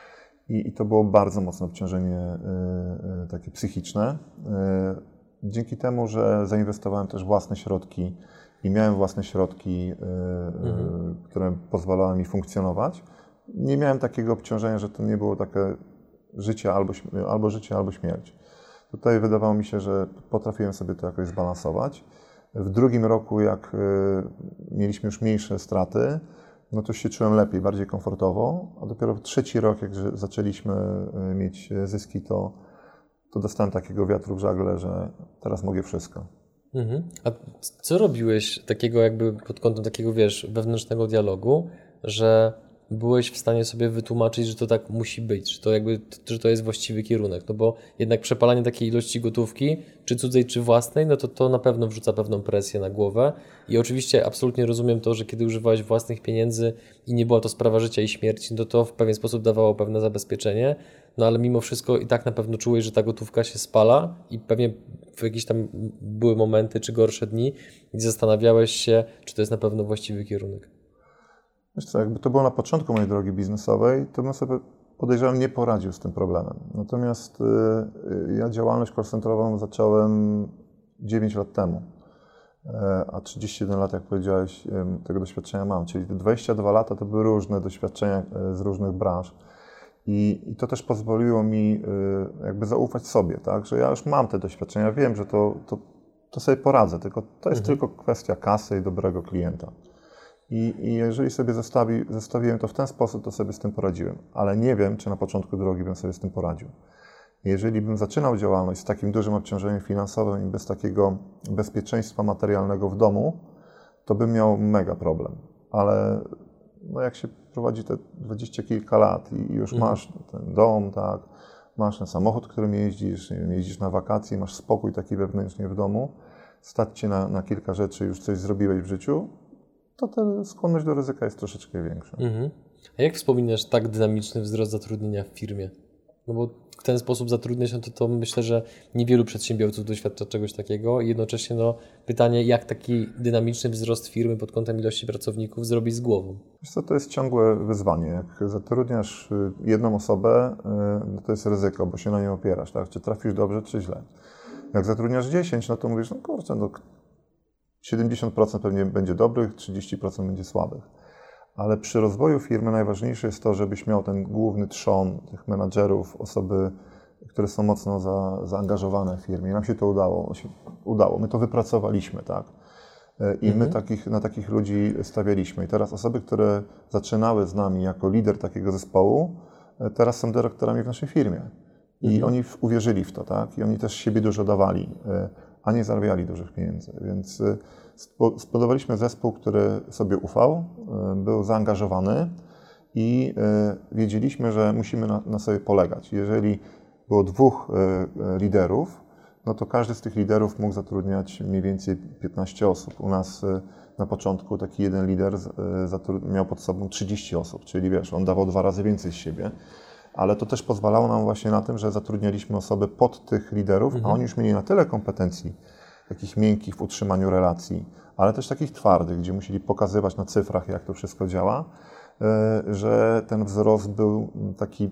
I to było bardzo mocne obciążenie takie psychiczne. Dzięki temu, że zainwestowałem też własne środki i miałem własne środki, które pozwalały mi funkcjonować, nie miałem takiego obciążenia, że to nie było takie życie albo życie, albo śmierć. Tutaj wydawało mi się, że potrafiłem sobie to jakoś zbalansować. W drugim roku, jak mieliśmy już mniejsze straty, no to się czułem lepiej, bardziej komfortowo, a dopiero w trzeci rok, jak zaczęliśmy mieć zyski, to dostałem takiego wiatru w żagle, że teraz mogę wszystko. A co robiłeś takiego jakby pod kątem takiego, wewnętrznego dialogu, że byłeś w stanie sobie wytłumaczyć, że to tak musi być, że to jest właściwy kierunek, no bo jednak przepalanie takiej ilości gotówki, czy cudzej, czy własnej, no to na pewno wrzuca pewną presję na głowę i oczywiście absolutnie rozumiem to, że kiedy używałeś własnych pieniędzy i nie była to sprawa życia i śmierci, no to w pewien sposób dawało pewne zabezpieczenie, no ale mimo wszystko i tak na pewno czułeś, że ta gotówka się spala i pewnie w jakieś tam były momenty, czy gorsze dni, gdzie zastanawiałeś się, czy to jest na pewno właściwy kierunek. Wiesz co, jakby to było na początku mojej drogi biznesowej, to bym sobie, podejrzewam, nie poradził z tym problemem. Natomiast ja działalność call centrową zacząłem 9 lat temu, a 31 lat, jak powiedziałeś, tego doświadczenia mam. Czyli te 22 lata to były różne doświadczenia z różnych branż. I to też pozwoliło mi jakby zaufać sobie, tak? Że ja już mam te doświadczenia, wiem, że to sobie poradzę, tylko to jest tylko kwestia kasy i dobrego klienta. I jeżeli sobie zestawiłem to w ten sposób, to sobie z tym poradziłem. Ale nie wiem, czy na początku drogi bym sobie z tym poradził. Jeżeli bym zaczynał działalność z takim dużym obciążeniem finansowym i bez takiego bezpieczeństwa materialnego w domu, to bym miał mega problem. Ale jak się prowadzi te 20 kilka lat i już masz ten dom, tak, masz ten samochód, którym jeździsz, nie wiem, jeździsz na wakacje, masz spokój taki wewnętrznie w domu, stać Cię na kilka rzeczy, już coś zrobiłeś w życiu, to ta skłonność do ryzyka jest troszeczkę większa. A jak wspominasz tak dynamiczny wzrost zatrudnienia w firmie? No bo w ten sposób zatrudniać, no to myślę, że niewielu przedsiębiorców doświadcza czegoś takiego i jednocześnie pytanie, jak taki dynamiczny wzrost firmy pod kątem ilości pracowników zrobić z głową? Wiesz co, to jest ciągłe wyzwanie. Jak zatrudniasz jedną osobę, to jest ryzyko, bo się na nią opierasz, tak? Czy trafisz dobrze, czy źle. Jak zatrudniasz 10, no to mówisz, no kurczę, 70% pewnie będzie dobrych, 30% będzie słabych. Ale przy rozwoju firmy najważniejsze jest to, żebyś miał ten główny trzon tych menadżerów, osoby, które są mocno zaangażowane w firmie. I nam się to udało. My to wypracowaliśmy, tak? I my na takich ludzi stawialiśmy. I teraz osoby, które zaczynały z nami jako lider takiego zespołu, teraz są dyrektorami w naszej firmie. I oni uwierzyli w to, tak? I oni też siebie dużo dawali, a nie zarabiali dużych pieniędzy. Więc zbudowaliśmy zespół, który sobie ufał, był zaangażowany i wiedzieliśmy, że musimy na sobie polegać. Jeżeli było 2 liderów, no to każdy z tych liderów mógł zatrudniać mniej więcej 15 osób. U nas na początku taki jeden lider miał pod sobą 30 osób, czyli wiesz, on dawał 2 razy więcej z siebie. Ale to też pozwalało nam właśnie na tym, że zatrudnialiśmy osoby pod tych liderów, a oni już mieli na tyle kompetencji, takich miękkich w utrzymaniu relacji, ale też takich twardych, gdzie musieli pokazywać na cyfrach, jak to wszystko działa, że ten wzrost był taki,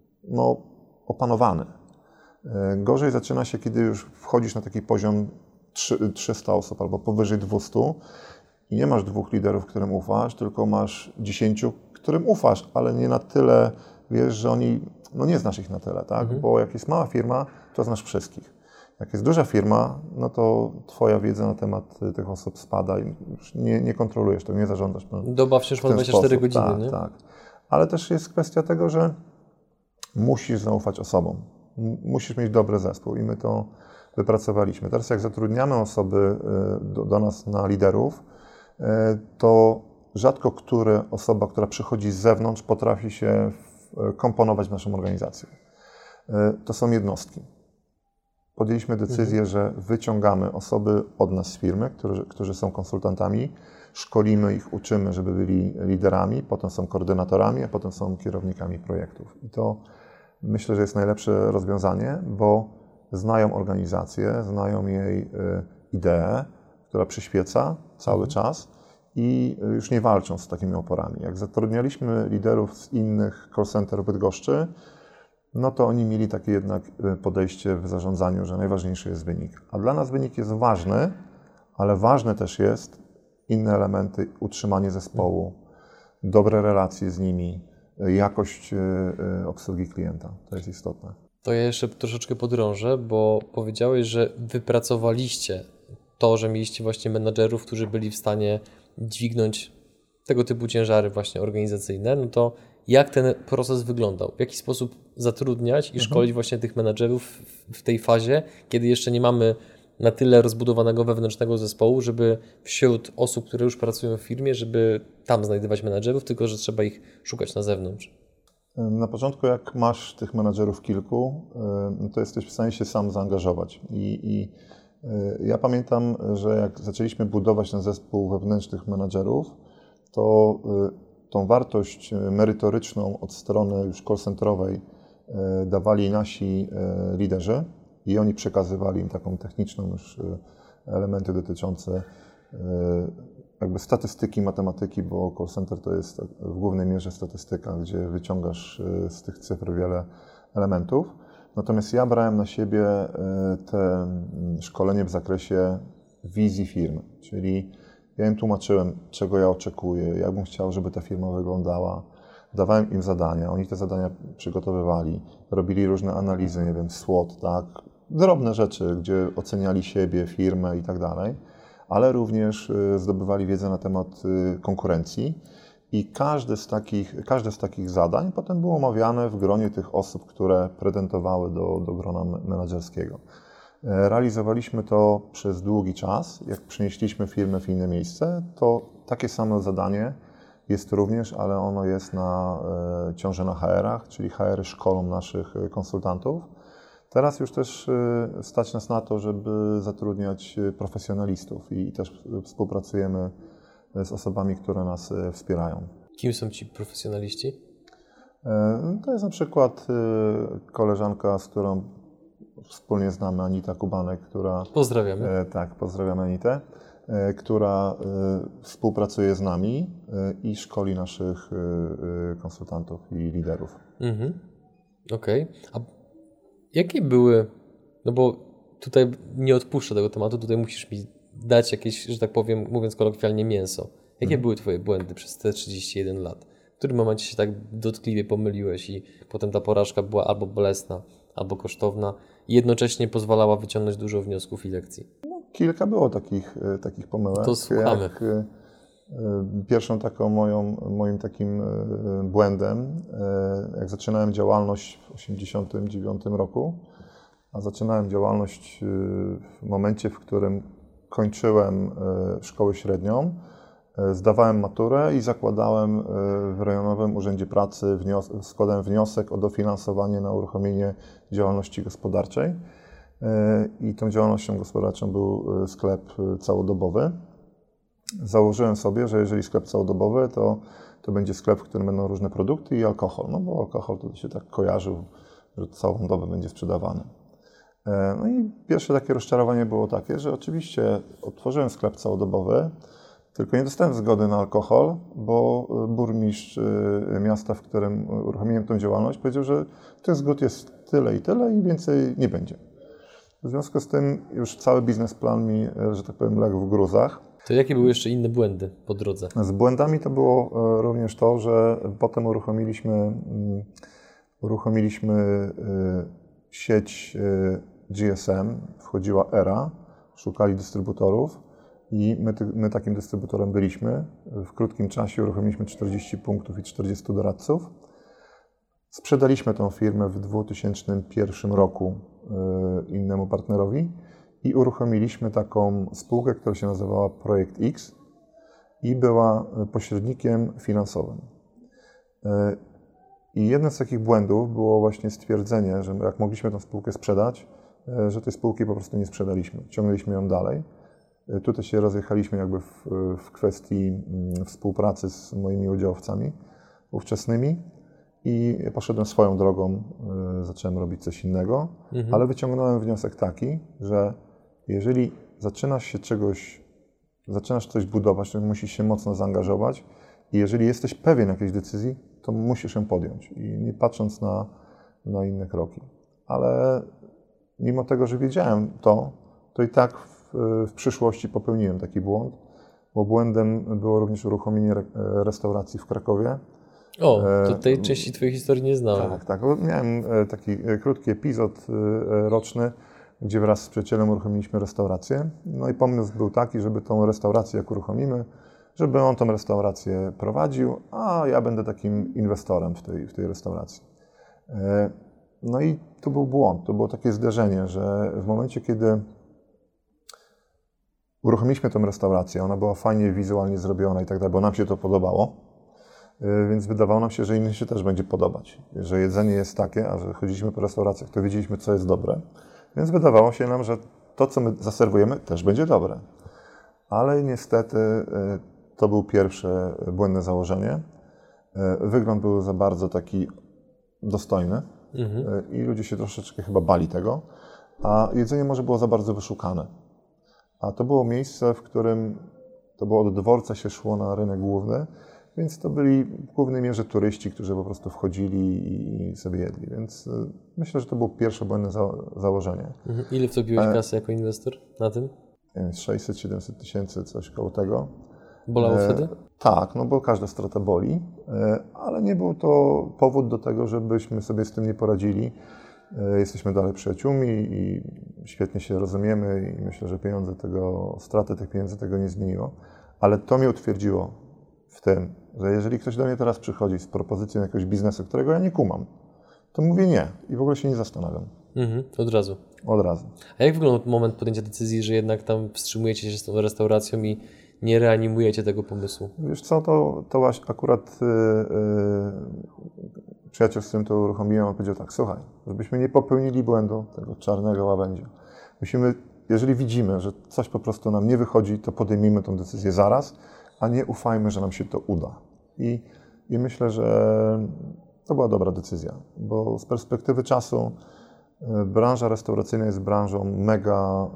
opanowany. Gorzej zaczyna się, kiedy już wchodzisz na taki poziom 300 osób albo powyżej 200 i nie masz 2 liderów, którym ufasz, tylko masz 10, którym ufasz, ale nie na tyle, wiesz, że oni, nie znasz ich na tyle, tak? Bo jak jest mała firma, to znasz wszystkich. Jak jest duża firma, no to Twoja wiedza na temat tych osób spada i już nie kontrolujesz tego, nie zarządzasz. Doba wciąż ma 24 godziny, tak, nie? Tak. Ale też jest kwestia tego, że musisz zaufać osobom. Musisz mieć dobry zespół i my to wypracowaliśmy. Teraz jak zatrudniamy osoby do nas na liderów, to rzadko która osoba, która przychodzi z zewnątrz, potrafi się komponować w naszą organizację. To są jednostki. Podjęliśmy decyzję, że wyciągamy osoby od nas z firmy, którzy są konsultantami, szkolimy ich, uczymy, żeby byli liderami, potem są koordynatorami, a potem są kierownikami projektów. I to myślę, że jest najlepsze rozwiązanie, bo znają organizację, znają jej ideę, która przyświeca cały czas i już nie walczą z takimi oporami. Jak zatrudnialiśmy liderów z innych call center w Bydgoszczy, no to oni mieli takie jednak podejście w zarządzaniu, że najważniejszy jest wynik. A dla nas wynik jest ważny, ale ważne też jest inne elementy, utrzymanie zespołu, dobre relacje z nimi, jakość obsługi klienta. To jest istotne. To ja jeszcze troszeczkę podrążę, bo powiedziałeś, że wypracowaliście to, że mieliście właśnie menadżerów, którzy byli w stanie dźwignąć tego typu ciężary właśnie organizacyjne, no to jak ten proces wyglądał? W jaki sposób zatrudniać i szkolić właśnie tych menadżerów w tej fazie, kiedy jeszcze nie mamy na tyle rozbudowanego wewnętrznego zespołu, żeby wśród osób, które już pracują w firmie, żeby tam znajdywać menadżerów, tylko że trzeba ich szukać na zewnątrz? Na początku, jak masz tych menadżerów kilku, to jesteś w stanie się sam zaangażować. I ja pamiętam, że jak zaczęliśmy budować ten zespół wewnętrznych menadżerów, to tą wartość merytoryczną od strony już call centrowej dawali nasi liderzy i oni przekazywali im taką techniczną już elementy dotyczące jakby statystyki, matematyki, bo call center to jest w głównej mierze statystyka, gdzie wyciągasz z tych cyfr wiele elementów. Natomiast ja brałem na siebie te szkolenie w zakresie wizji firmy, czyli ja im tłumaczyłem, czego ja oczekuję, jak bym chciał, żeby ta firma wyglądała. Dawałem im zadania, oni te zadania przygotowywali, robili różne analizy, nie wiem, SWOT, tak, drobne rzeczy, gdzie oceniali siebie, firmę i tak dalej, ale również zdobywali wiedzę na temat konkurencji i każde z takich zadań potem było omawiane w gronie tych osób, które pretendowały do grona menedżerskiego. Realizowaliśmy to przez długi czas. Jak przenieśliśmy firmę w inne miejsce, to takie samo zadanie jest również, ale ono jest ciąży na HR-ach, czyli HR szkolą naszych konsultantów. Teraz już też stać nas na to, żeby zatrudniać profesjonalistów i też współpracujemy z osobami, które nas wspierają. Kim są ci profesjonaliści? To jest na przykład koleżanka, z którą wspólnie znamy, Anita Kubanek, która... Pozdrawiamy. Tak, pozdrawiamy Anitę, która współpracuje z nami i szkoli naszych konsultantów i liderów. Okej. A jakie były, no bo tutaj nie odpuszczę tego tematu, tutaj musisz mi dać jakieś, że tak powiem, mówiąc kolokwialnie, mięso. Jakie były twoje błędy przez te 31 lat? W którym momencie się tak dotkliwie pomyliłeś i potem ta porażka była albo bolesna, albo kosztowna i jednocześnie pozwalała wyciągnąć dużo wniosków i lekcji? Kilka było takich pomyłek. To słuchamy. Pierwszą taką moim takim błędem, jak zaczynałem działalność w 1989 roku, a zaczynałem działalność w momencie, w którym kończyłem szkołę średnią, zdawałem maturę i zakładałem w Rejonowym Urzędzie Pracy, składałem wniosek o dofinansowanie na uruchomienie działalności gospodarczej. I tą działalnością gospodarczą był sklep całodobowy. Założyłem sobie, że jeżeli sklep całodobowy, to będzie sklep, w którym będą różne produkty i alkohol. No bo alkohol to się tak kojarzył, że całą dobę będzie sprzedawany. No i pierwsze takie rozczarowanie było takie, że oczywiście otworzyłem sklep całodobowy, tylko nie dostałem zgody na alkohol, bo burmistrz miasta, w którym uruchomiłem tę działalność, powiedział, że tych zgód jest tyle i więcej nie będzie. W związku z tym już cały biznesplan mi, że tak powiem, legł w gruzach. To jakie były jeszcze inne błędy po drodze? Z błędami to było również to, że potem uruchomiliśmy sieć GSM, wchodziła ERA, szukali dystrybutorów i my takim dystrybutorem byliśmy. W krótkim czasie uruchomiliśmy 40 punktów i 40 doradców. Sprzedaliśmy tę firmę w 2001 roku innemu partnerowi i uruchomiliśmy taką spółkę, która się nazywała Projekt X i była pośrednikiem finansowym. I jednym z takich błędów było właśnie stwierdzenie, że jak mogliśmy tę spółkę sprzedać, że tej spółki po prostu nie sprzedaliśmy. Ciągnęliśmy ją dalej. Tutaj się rozjechaliśmy jakby w kwestii współpracy z moimi udziałowcami ówczesnymi i poszedłem swoją drogą, zacząłem robić coś innego, ale wyciągnąłem wniosek taki, że jeżeli zaczynasz coś budować, to musisz się mocno zaangażować i jeżeli jesteś pewien jakiejś decyzji, to musisz ją podjąć i nie patrząc na inne kroki. Ale mimo tego, że wiedziałem to i tak w przyszłości popełniłem taki błąd, bo błędem było również uruchomienie restauracji w Krakowie. O, to tej części twojej historii nie znałem. Tak. Miałem taki krótki epizod roczny, gdzie wraz z przyjacielem uruchomiliśmy restaurację. No i pomysł był taki, żeby tą restaurację, jak uruchomimy, żeby on tą restaurację prowadził, a ja będę takim inwestorem w tej restauracji. No i to był błąd, to było takie zderzenie, że w momencie, kiedy uruchomiliśmy tę restaurację, ona była fajnie wizualnie zrobiona i tak dalej, bo nam się to podobało, więc wydawało nam się, że innym się też będzie podobać, że jedzenie jest takie, a że chodziliśmy po restauracjach, to wiedzieliśmy, co jest dobre, więc wydawało się nam, że to, co my zaserwujemy, też będzie dobre. Ale niestety to był pierwsze błędne założenie. Wygląd był za bardzo taki dostojny i ludzie się troszeczkę chyba bali tego, a jedzenie może było za bardzo wyszukane. A to było miejsce, w którym to było od dworca się szło na rynek główny, więc to byli w głównej mierze turyści, którzy po prostu wchodzili i sobie jedli. Więc myślę, że to było pierwsze błędne założenie. Ile wtopiłeś kasy jako inwestor na tym? 600-700 tysięcy, coś koło tego. Bolało wtedy? Tak, no bo każda strata boli, ale nie był to powód do tego, żebyśmy sobie z tym nie poradzili. Jesteśmy dalej przyjaciółmi i świetnie się rozumiemy i myślę, że straty tych pieniędzy tego nie zmieniło. Ale to mnie utwierdziło w tym, że jeżeli ktoś do mnie teraz przychodzi z propozycją jakiegoś biznesu, którego ja nie kumam, to mówię nie i w ogóle się nie zastanawiam. Od razu. Od razu. A jak wyglądał moment podjęcia decyzji, że jednak tam wstrzymujecie się z tą restauracją i nie reanimujecie tego pomysłu? Wiesz co, to właśnie akurat przyjaciel, z którym to uruchomiłem, powiedział tak, słuchaj, żebyśmy nie popełnili błędu tego czarnego łabędzia. Jeżeli widzimy, że coś po prostu nam nie wychodzi, to podejmijmy tę decyzję zaraz, a nie ufajmy, że nam się to uda. I myślę, że to była dobra decyzja, bo z perspektywy czasu branża restauracyjna jest branżą mega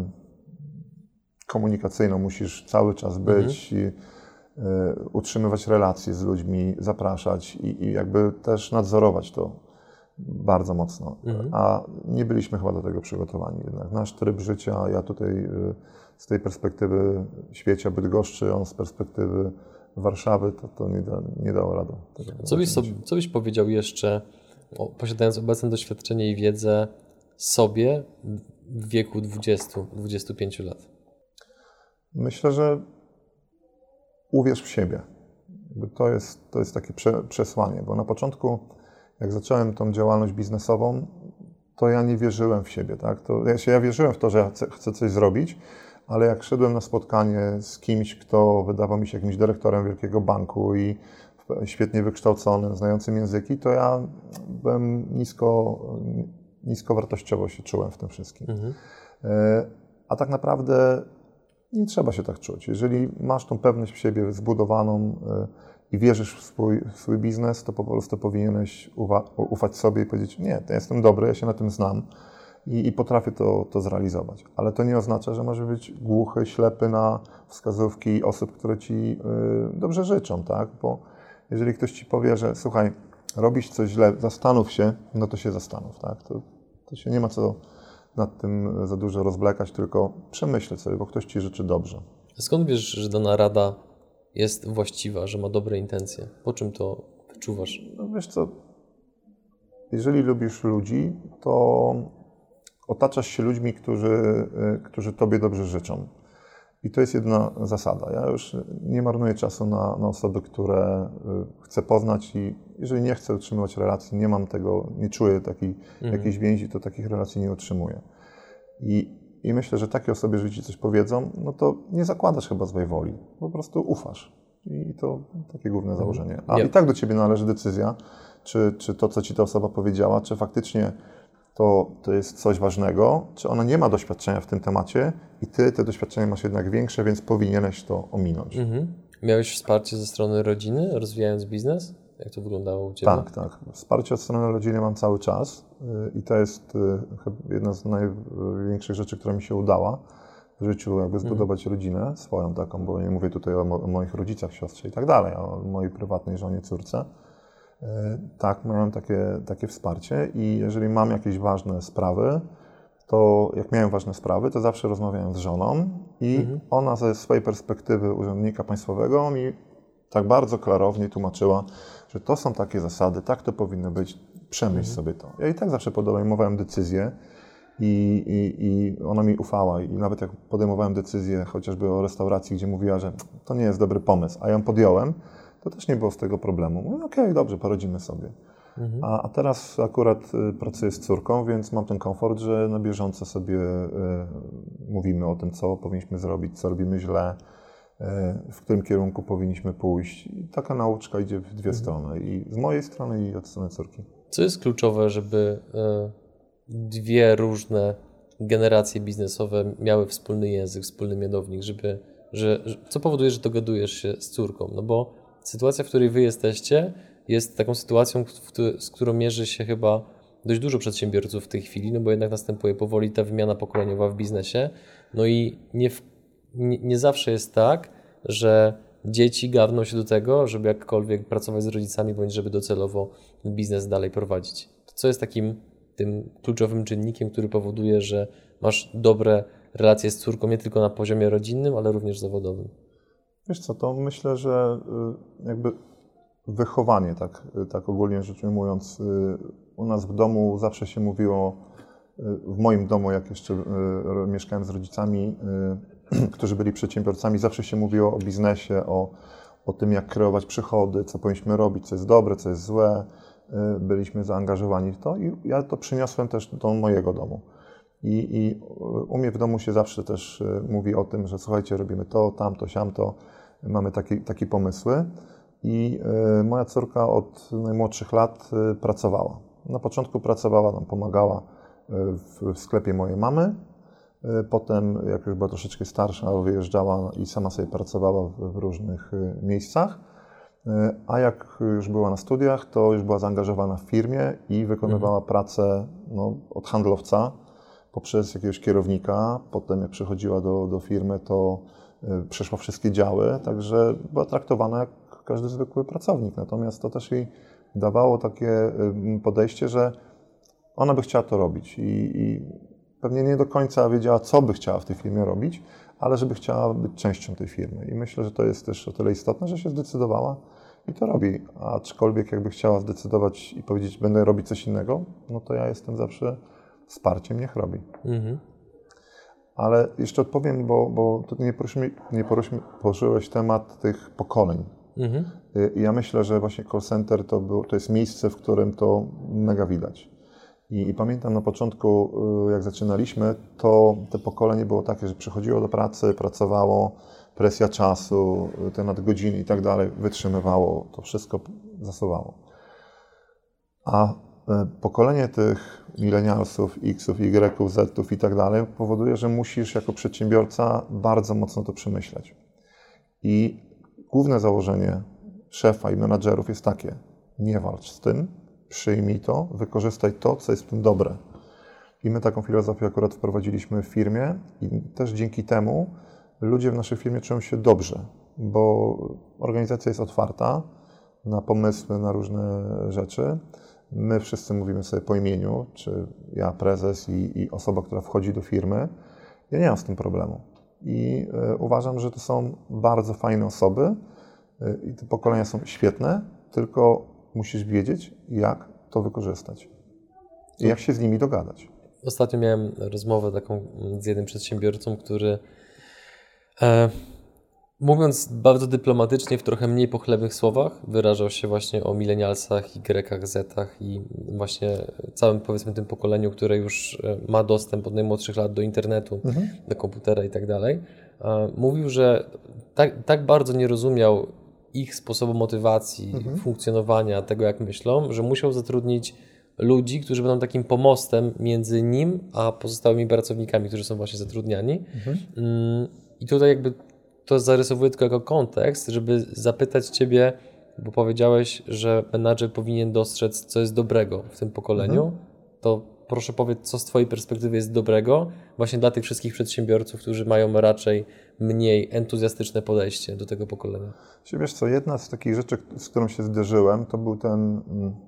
komunikacyjną. Musisz cały czas być, utrzymywać relacje z ludźmi, zapraszać i jakby też nadzorować to bardzo mocno. A nie byliśmy chyba do tego przygotowani jednak. Nasz tryb życia, ja tutaj z tej perspektywy Świecia Bydgoszczy, on z perspektywy Warszawy, to nie dało rady. Co byś powiedział jeszcze, posiadając obecne doświadczenie i wiedzę, sobie w wieku 20-25 lat? Myślę, że uwierz w siebie. To jest takie przesłanie, bo na początku, jak zacząłem tą działalność biznesową, to ja nie wierzyłem w siebie. Tak? Ja wierzyłem w to, że ja chcę coś zrobić, ale jak szedłem na spotkanie z kimś, kto wydawał mi się jakimś dyrektorem wielkiego banku i świetnie wykształconym, znającym języki, to ja byłem niskowartościowo się czułem w tym wszystkim. A tak naprawdę nie trzeba się tak czuć. Jeżeli masz tą pewność w siebie zbudowaną i wierzysz w swój biznes, to po prostu powinieneś ufać sobie i powiedzieć, nie, to jestem dobry, ja się na tym znam i potrafię to zrealizować. Ale to nie oznacza, że możesz być głuchy, ślepy na wskazówki osób, które ci dobrze życzą, tak? Bo jeżeli ktoś ci powie, że słuchaj, robisz coś źle, zastanów się, no to się zastanów, tak? To się nie ma co nad tym za dużo rozwlekać, tylko przemyśleć sobie, bo ktoś ci życzy dobrze. Skąd wiesz, że dana rada jest właściwa, że ma dobre intencje? Po czym to wyczuwasz? No wiesz co, jeżeli lubisz ludzi, to otaczasz się ludźmi, którzy tobie dobrze życzą. I to jest jedna zasada. Ja już nie marnuję czasu na osoby, które chcę poznać i jeżeli nie chcę utrzymywać relacji, nie mam tego, nie czuję jakiejś więzi, to takich relacji nie utrzymuję. I myślę, że takie osoby, jeżeli ci coś powiedzą, no to nie zakładasz chyba złej woli. Po prostu ufasz. I to takie główne założenie. A i tak do ciebie należy decyzja, czy to, co ci ta osoba powiedziała, czy faktycznie to jest coś ważnego, czy ona nie ma doświadczenia w tym temacie i ty te doświadczenie masz jednak większe, więc powinieneś to ominąć. Miałeś wsparcie ze strony rodziny, rozwijając biznes? Jak to wyglądało u ciebie? Tak. Wsparcie od strony rodziny mam cały czas i to jest jedna z największych rzeczy, która mi się udała w życiu, jakby zbudować rodzinę swoją taką, bo nie mówię tutaj o moich rodzicach, siostrze i tak dalej, a o mojej prywatnej żonie, córce. Tak, miałem takie wsparcie i jeżeli mam jakieś ważne sprawy, to jak miałem ważne sprawy, to zawsze rozmawiałem z żoną i ona ze swojej perspektywy urzędnika państwowego mi tak bardzo klarownie tłumaczyła, że to są takie zasady, tak to powinno być, przemyśl sobie to. Ja i tak zawsze podejmowałem decyzje i ona mi ufała i nawet jak podejmowałem decyzję chociażby o restauracji, gdzie mówiła, że to nie jest dobry pomysł, a ją podjąłem, to też nie było z tego problemu. Mówię, okej, dobrze, poradzimy sobie. A teraz akurat pracuję z córką, więc mam ten komfort, że na bieżąco sobie mówimy o tym, co powinniśmy zrobić, co robimy źle, w którym kierunku powinniśmy pójść. I taka nauczka idzie w dwie strony, i z mojej strony, i od strony córki. Co jest kluczowe, żeby dwie różne generacje biznesowe miały wspólny język, wspólny mianownik, co powoduje, że dogadujesz się z córką? No bo sytuacja, w której wy jesteście, jest taką sytuacją, z którą mierzy się chyba dość dużo przedsiębiorców w tej chwili, no bo jednak następuje powoli ta wymiana pokoleniowa w biznesie. No i nie zawsze jest tak, że dzieci garną się do tego, żeby jakkolwiek pracować z rodzicami, bądź żeby docelowo ten biznes dalej prowadzić. To co jest tym kluczowym czynnikiem, który powoduje, że masz dobre relacje z córką nie tylko na poziomie rodzinnym, ale również zawodowym? Wiesz co, to myślę, że jakby wychowanie, tak ogólnie rzecz ujmując, u nas w domu zawsze się mówiło, w moim domu, jak jeszcze mieszkałem z rodzicami, którzy byli przedsiębiorcami, zawsze się mówiło o biznesie, o tym, jak kreować przychody, co powinniśmy robić, co jest dobre, co jest złe. Byliśmy zaangażowani w to i ja to przyniosłem też do mojego domu. I u mnie w domu się zawsze też mówi o tym, że słuchajcie, robimy to, tamto, siamto, mamy takie pomysły. I moja córka od najmłodszych lat pracowała. Na początku pracowała, tam pomagała w sklepie mojej mamy. Potem, jak już była troszeczkę starsza, wyjeżdżała i sama sobie pracowała w różnych miejscach. A jak już była na studiach, to już była zaangażowana w firmie i wykonywała pracę od handlowca poprzez jakiegoś kierownika. Potem jak przychodziła do firmy, to przeszła wszystkie działy, także była traktowana jak każdy zwykły pracownik. Natomiast to też jej dawało takie podejście, że ona by chciała to robić i pewnie nie do końca wiedziała, co by chciała w tej firmie robić, ale żeby chciała być częścią tej firmy. I myślę, że to jest też o tyle istotne, że się zdecydowała i to robi. Aczkolwiek jakby chciała zdecydować i powiedzieć, będę robić coś innego, no to ja jestem zawsze wsparciem, niech robi. Ale jeszcze odpowiem, bo tu poruszyłeś temat tych pokoleń. I ja myślę, że właśnie call center to jest miejsce, w którym to mega widać. I pamiętam na początku, jak zaczynaliśmy, to te pokolenie było takie, że przychodziło do pracy, pracowało, presja czasu, te nadgodziny i tak dalej, wytrzymywało, to wszystko zasuwało. A pokolenie tych milenialsów, X-ów, Y-ów, Z-ów i tak dalej powoduje, że musisz jako przedsiębiorca bardzo mocno to przemyśleć. I główne założenie szefa i menadżerów jest takie: nie walcz z tym, przyjmij to, wykorzystaj to, co jest w tym dobre. I my taką filozofię akurat wprowadziliśmy w firmie i też dzięki temu ludzie w naszej firmie czują się dobrze, bo organizacja jest otwarta na pomysły, na różne rzeczy. My wszyscy mówimy sobie po imieniu, czy ja, prezes i osoba, która wchodzi do firmy. Ja nie mam z tym problemu. I uważam, że to są bardzo fajne osoby i te pokolenia są świetne, tylko musisz wiedzieć, jak to wykorzystać i jak się z nimi dogadać. Ostatnio miałem rozmowę taką z jednym przedsiębiorcą, który mówiąc bardzo dyplomatycznie, w trochę mniej pochlebnych słowach, wyrażał się właśnie o milenialsach, Y-ach, Z-ach i właśnie całym, powiedzmy, tym pokoleniu, które już ma dostęp od najmłodszych lat do internetu, do komputera i tak dalej. Mówił, że tak bardzo nie rozumiał ich sposobu motywacji, funkcjonowania, tego jak myślą, że musiał zatrudnić ludzi, którzy będą takim pomostem między nim a pozostałymi pracownikami, którzy są właśnie zatrudniani. I tutaj jakby to zarysowuję tylko jako kontekst, żeby zapytać Ciebie, bo powiedziałeś, że menadżer powinien dostrzec, co jest dobrego w tym pokoleniu, to proszę powiedz, co z Twojej perspektywy jest dobrego właśnie dla tych wszystkich przedsiębiorców, którzy mają raczej mniej entuzjastyczne podejście do tego pokolenia. Wiesz co, jedna z takich rzeczy, z którą się zderzyłem, to był ten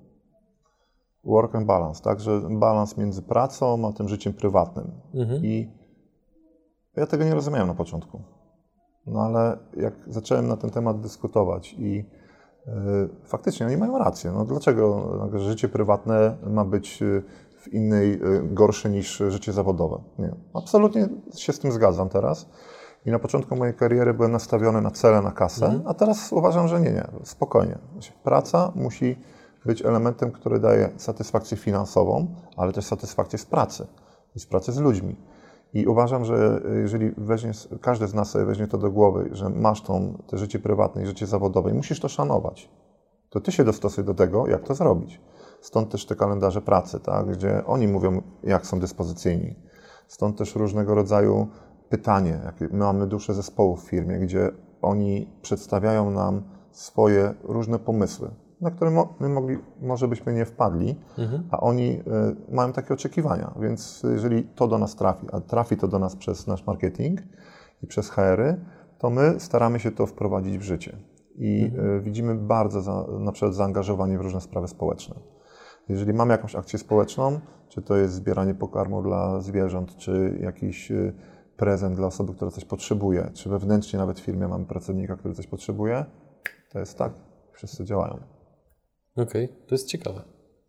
work and balance, tak, że balans między pracą a tym życiem prywatnym. I ja tego nie rozumiałem na początku. No ale jak zacząłem na ten temat dyskutować i faktycznie oni mają rację. No dlaczego życie prywatne ma być w innej gorsze niż życie zawodowe? Nie. Absolutnie się z tym zgadzam teraz. I na początku mojej kariery byłem nastawiony na cele, na kasę, a teraz uważam, że nie, spokojnie. Praca musi być elementem, który daje satysfakcję finansową, ale też satysfakcję z pracy i z pracy z ludźmi. I uważam, że jeżeli każdy z nas sobie weźmie to do głowy, że masz to życie prywatne i życie zawodowe i musisz to szanować, to ty się dostosuj do tego, jak to zrobić. Stąd też te kalendarze pracy, tak, gdzie oni mówią, jak są dyspozycyjni. Stąd też różnego rodzaju pytanie. My mamy duszę zespołu w firmie, gdzie oni przedstawiają nam swoje różne pomysły, na które my może byśmy nie wpadli, a oni mają takie oczekiwania. Więc jeżeli to do nas trafi, a trafi to do nas przez nasz marketing i przez HR-y, to my staramy się to wprowadzić w życie. I widzimy bardzo na przykład zaangażowanie w różne sprawy społeczne. Jeżeli mamy jakąś akcję społeczną, czy to jest zbieranie pokarmu dla zwierząt, czy jakiś prezent dla osoby, która coś potrzebuje, czy wewnętrznie nawet w firmie mamy pracownika, który coś potrzebuje, to jest tak, wszyscy działają. Okej, to jest ciekawe.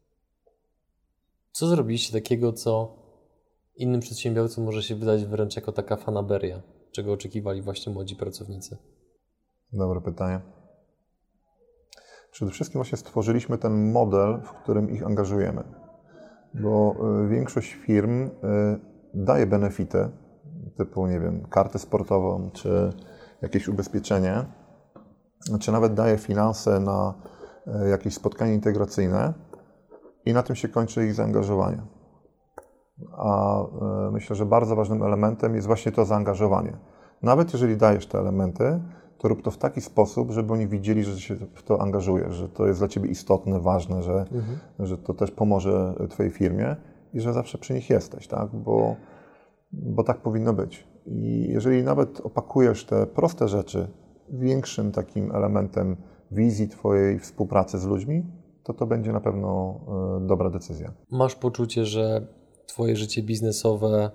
Co zrobiliście takiego, co innym przedsiębiorcom może się wydać wręcz jako taka fanaberia, czego oczekiwali właśnie młodzi pracownicy? Dobre pytanie. Przede wszystkim właśnie stworzyliśmy ten model, w którym ich angażujemy. Bo większość firm daje benefity, typu, nie wiem, kartę sportową, czy jakieś ubezpieczenie, czy nawet daje finanse na jakieś spotkanie integracyjne i na tym się kończy ich zaangażowanie. A myślę, że bardzo ważnym elementem jest właśnie to zaangażowanie. Nawet jeżeli dajesz te elementy, to rób to w taki sposób, żeby oni widzieli, że się w to angażujesz, że to jest dla ciebie istotne, ważne, że to też pomoże twojej firmie i że zawsze przy nich jesteś, tak? Bo tak powinno być. I jeżeli nawet opakujesz te proste rzeczy większym takim elementem wizji twojej współpracy z ludźmi, to będzie na pewno dobra decyzja. Masz poczucie, że twoje życie biznesowe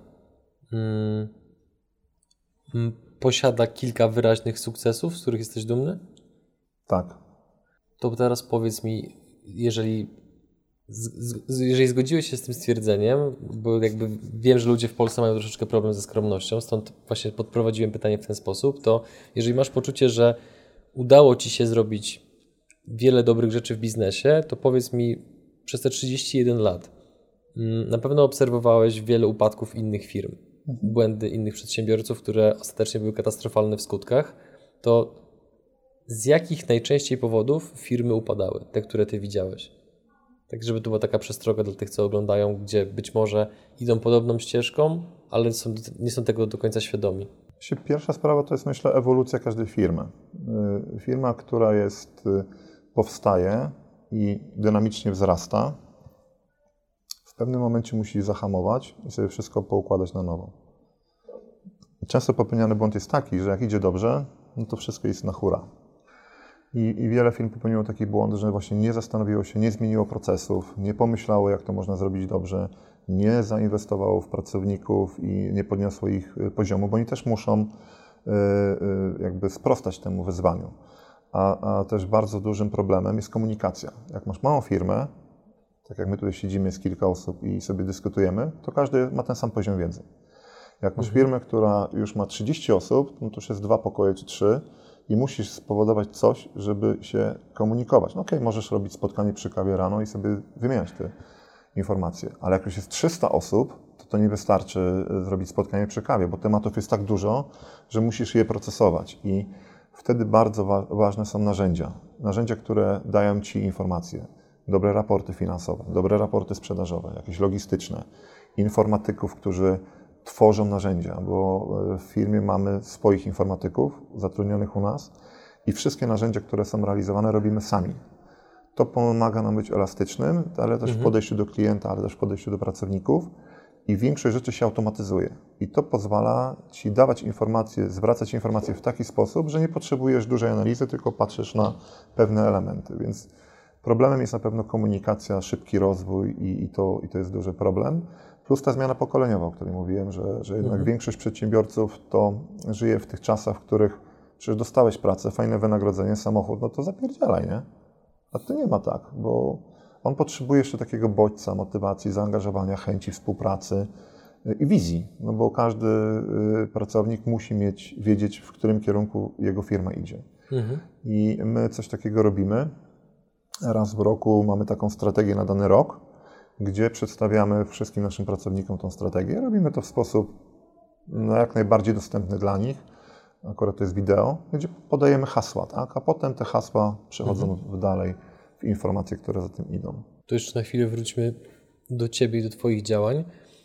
posiada kilka wyraźnych sukcesów, z których jesteś dumny? Tak. To teraz powiedz mi, jeżeli zgodziłeś się z tym stwierdzeniem, bo jakby wiem, że ludzie w Polsce mają troszeczkę problem ze skromnością, stąd właśnie podprowadziłem pytanie w ten sposób, to jeżeli masz poczucie, że udało ci się zrobić wiele dobrych rzeczy w biznesie, to powiedz mi, przez te 31 lat na pewno obserwowałeś wiele upadków innych firm, błędy innych przedsiębiorców, które ostatecznie były katastrofalne w skutkach, to z jakich najczęściej powodów firmy upadały, te, które ty widziałeś? Tak, żeby to była taka przestroga dla tych, co oglądają, gdzie być może idą podobną ścieżką, ale nie są tego do końca świadomi. Pierwsza sprawa to jest, myślę, ewolucja każdej firmy. Firma, która powstaje i dynamicznie wzrasta, w pewnym momencie musi zahamować i sobie wszystko poukładać na nowo. Często popełniany błąd jest taki, że jak idzie dobrze, no to wszystko jest na hura. I wiele firm popełniło taki błąd, że właśnie nie zastanowiło się, nie zmieniło procesów, nie pomyślało, jak to można zrobić dobrze, nie zainwestowało w pracowników i nie podniosło ich poziomu, bo oni też muszą jakby sprostać temu wyzwaniu. A też bardzo dużym problemem jest komunikacja. Jak masz małą firmę, tak jak my tutaj siedzimy, jest kilka osób i sobie dyskutujemy, to każdy ma ten sam poziom wiedzy. Jak masz firmę, która już ma 30 osób, no to już jest 2 pokoje czy 3 i musisz spowodować coś, żeby się komunikować. No okej, możesz robić spotkanie przy kawie rano i sobie wymieniać te informacje, ale jak już jest 300 osób, to nie wystarczy zrobić spotkanie przy kawie, bo tematów jest tak dużo, że musisz je procesować i wtedy bardzo ważne są narzędzia. Narzędzia, które dają ci informacje. Dobre raporty finansowe, dobre raporty sprzedażowe, jakieś logistyczne, informatyków, którzy tworzą narzędzia, bo w firmie mamy swoich informatyków zatrudnionych u nas i wszystkie narzędzia, które są realizowane, robimy sami. To pomaga nam być elastycznym, ale też w podejściu do klienta, ale też w podejściu do pracowników i większość rzeczy się automatyzuje. I to pozwala ci dawać informacje, zwracać informacje w taki sposób, że nie potrzebujesz dużej analizy, tylko patrzysz na pewne elementy. Więc problemem jest na pewno komunikacja, szybki rozwój i to jest duży problem. Plus ta zmiana pokoleniowa, o której mówiłem, że jednak większość przedsiębiorców to żyje w tych czasach, w których przecież dostałeś pracę, fajne wynagrodzenie, samochód, no to zapierdzielaj, nie? A to nie ma tak, bo on potrzebuje jeszcze takiego bodźca, motywacji, zaangażowania, chęci współpracy i wizji, no bo każdy pracownik musi wiedzieć, w którym kierunku jego firma idzie. I my coś takiego robimy. Raz w roku mamy taką strategię na dany rok, gdzie przedstawiamy wszystkim naszym pracownikom tą strategię. Robimy to w sposób jak najbardziej dostępny dla nich. Akurat to jest wideo, gdzie podajemy hasła, tak? A potem te hasła przechodzą dalej w informacje, które za tym idą. To jeszcze na chwilę wróćmy do Ciebie i do Twoich działań.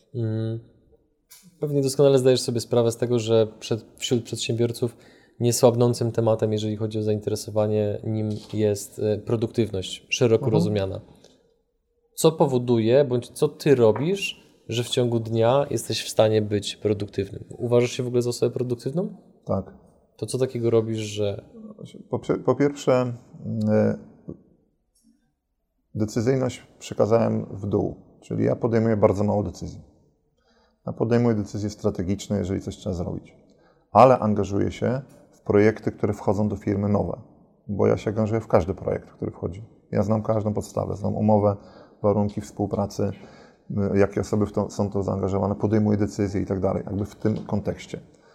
Pewnie doskonale zdajesz sobie sprawę z tego, że wśród przedsiębiorców niesłabnącym tematem, jeżeli chodzi o zainteresowanie nim, jest produktywność szeroko rozumiana. Co powoduje, bądź co Ty robisz, że w ciągu dnia jesteś w stanie być produktywnym? Uważasz się w ogóle za osobę produktywną? Tak. To co takiego robisz, że... Po pierwsze, decyzyjność przekazałem w dół, czyli ja podejmuję bardzo mało decyzji. Ja podejmuję decyzje strategiczne, jeżeli coś trzeba zrobić, ale angażuję się w projekty, które wchodzą do firmy nowe, bo ja się angażuję w każdy projekt, który wchodzi. Ja znam każdą podstawę, znam umowę, warunki współpracy, jakie osoby są to zaangażowane, podejmuję decyzje i tak dalej, jakby w tym kontekście.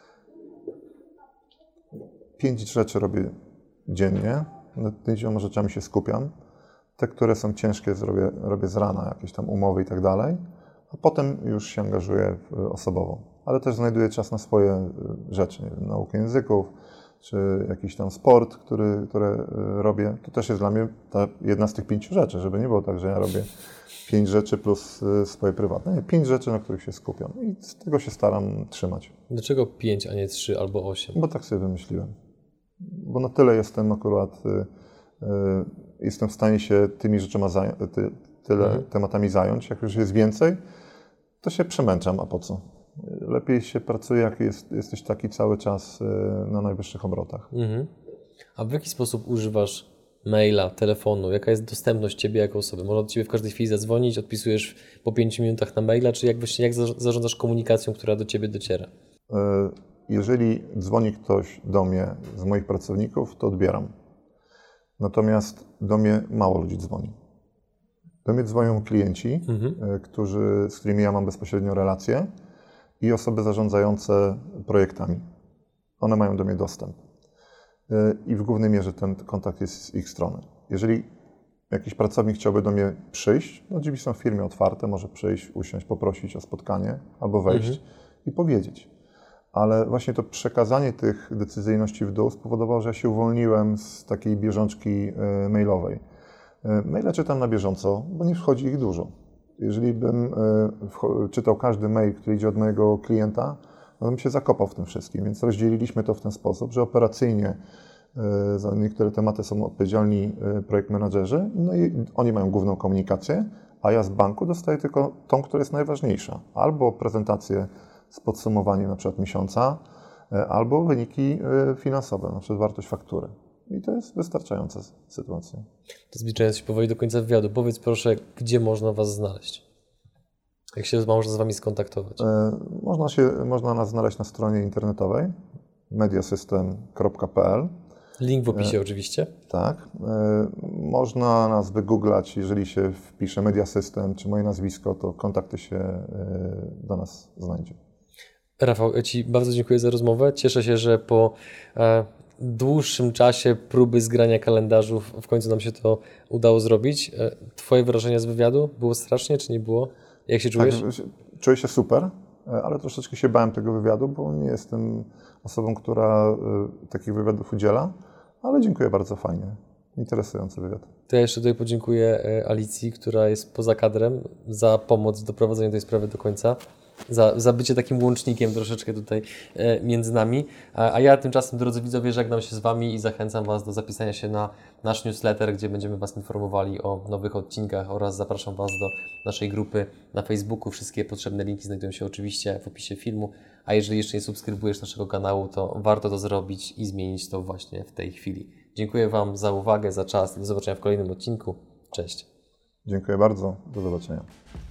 5 rzeczy robię dziennie, nad 5 rzeczami się skupiam. Te, które są ciężkie, robię z rana, jakieś tam umowy i tak dalej, a potem już się angażuję osobowo. Ale też znajduję czas na swoje rzeczy, nie wiem, naukę języków, czy jakiś tam sport, które robię. To też jest dla mnie ta jedna z tych 5 rzeczy, żeby nie było tak, że ja robię 5 rzeczy plus swoje prywatne. Nie, 5 rzeczy, na których się skupiam i z tego się staram trzymać. Dlaczego 5, a nie 3 albo 8? Bo tak sobie wymyśliłem. Bo na tyle jestem akurat, jestem w stanie się tymi rzeczami tematami zająć. Jak już jest więcej, to się przemęczam, a po co? Lepiej się pracuje, jak jesteś taki cały czas na najwyższych obrotach. A w jaki sposób używasz maila, telefonu? Jaka jest dostępność Ciebie jako osoby? Można do Ciebie w każdej chwili zadzwonić, odpisujesz po 5 minutach na maila, czy jak zarządzasz komunikacją, która do Ciebie dociera? Jeżeli dzwoni ktoś do mnie z moich pracowników, to odbieram. Natomiast do mnie mało ludzi dzwoni. Do mnie dzwonią klienci, z którymi ja mam bezpośrednią relację i osoby zarządzające projektami. One mają do mnie dostęp. I w głównej mierze ten kontakt jest z ich strony. Jeżeli jakiś pracownik chciałby do mnie przyjść, no drzwi są w firmie otwarte, może przyjść, usiąść, poprosić o spotkanie albo wejść i powiedzieć. Ale właśnie to przekazanie tych decyzyjności w dół spowodowało, że ja się uwolniłem z takiej bieżączki mailowej. Maile czytam na bieżąco, bo nie wchodzi ich dużo. Jeżeli bym czytał każdy mail, który idzie od mojego klienta, no bym się zakopał w tym wszystkim, więc rozdzieliliśmy to w ten sposób, że operacyjnie za niektóre tematy są odpowiedzialni projekt menadżerzy, no i oni mają główną komunikację, a ja z banku dostaję tylko tą, która jest najważniejsza. Albo prezentację z podsumowaniem na przykład miesiąca, albo wyniki finansowe, na przykład wartość faktury. I to jest wystarczająca sytuacja. To zbliżając się powoli do końca wywiadu, powiedz proszę, gdzie można Was znaleźć? Jak się można z Wami skontaktować? Można nas znaleźć na stronie internetowej mediasystem.pl. Link w opisie oczywiście. Tak. Można nas wygooglać, jeżeli się wpisze Mediasystem czy moje nazwisko, to kontakty się do nas znajdzie. Rafał, ja Ci bardzo dziękuję za rozmowę. Cieszę się, że po dłuższym czasie próby zgrania kalendarzów w końcu nam się to udało zrobić. Twoje wrażenia z wywiadu? Było strasznie, czy nie było? Jak się czujesz? Tak, czuję się super, ale troszeczkę się bałem tego wywiadu, bo nie jestem osobą, która takich wywiadów udziela, ale dziękuję bardzo, fajnie. Interesujący wywiad. To ja jeszcze tutaj podziękuję Alicji, która jest poza kadrem, za pomoc w doprowadzeniu tej sprawy do końca, za bycie takim łącznikiem troszeczkę tutaj między nami. A ja tymczasem, drodzy widzowie, żegnam się z Wami i zachęcam Was do zapisania się na nasz newsletter, gdzie będziemy Was informowali o nowych odcinkach oraz zapraszam Was do naszej grupy na Facebooku. Wszystkie potrzebne linki znajdują się oczywiście w opisie filmu, a jeżeli jeszcze nie subskrybujesz naszego kanału, to warto to zrobić i zmienić to właśnie w tej chwili. Dziękuję Wam za uwagę, za czas i do zobaczenia w kolejnym odcinku. Cześć. Dziękuję bardzo. Do zobaczenia.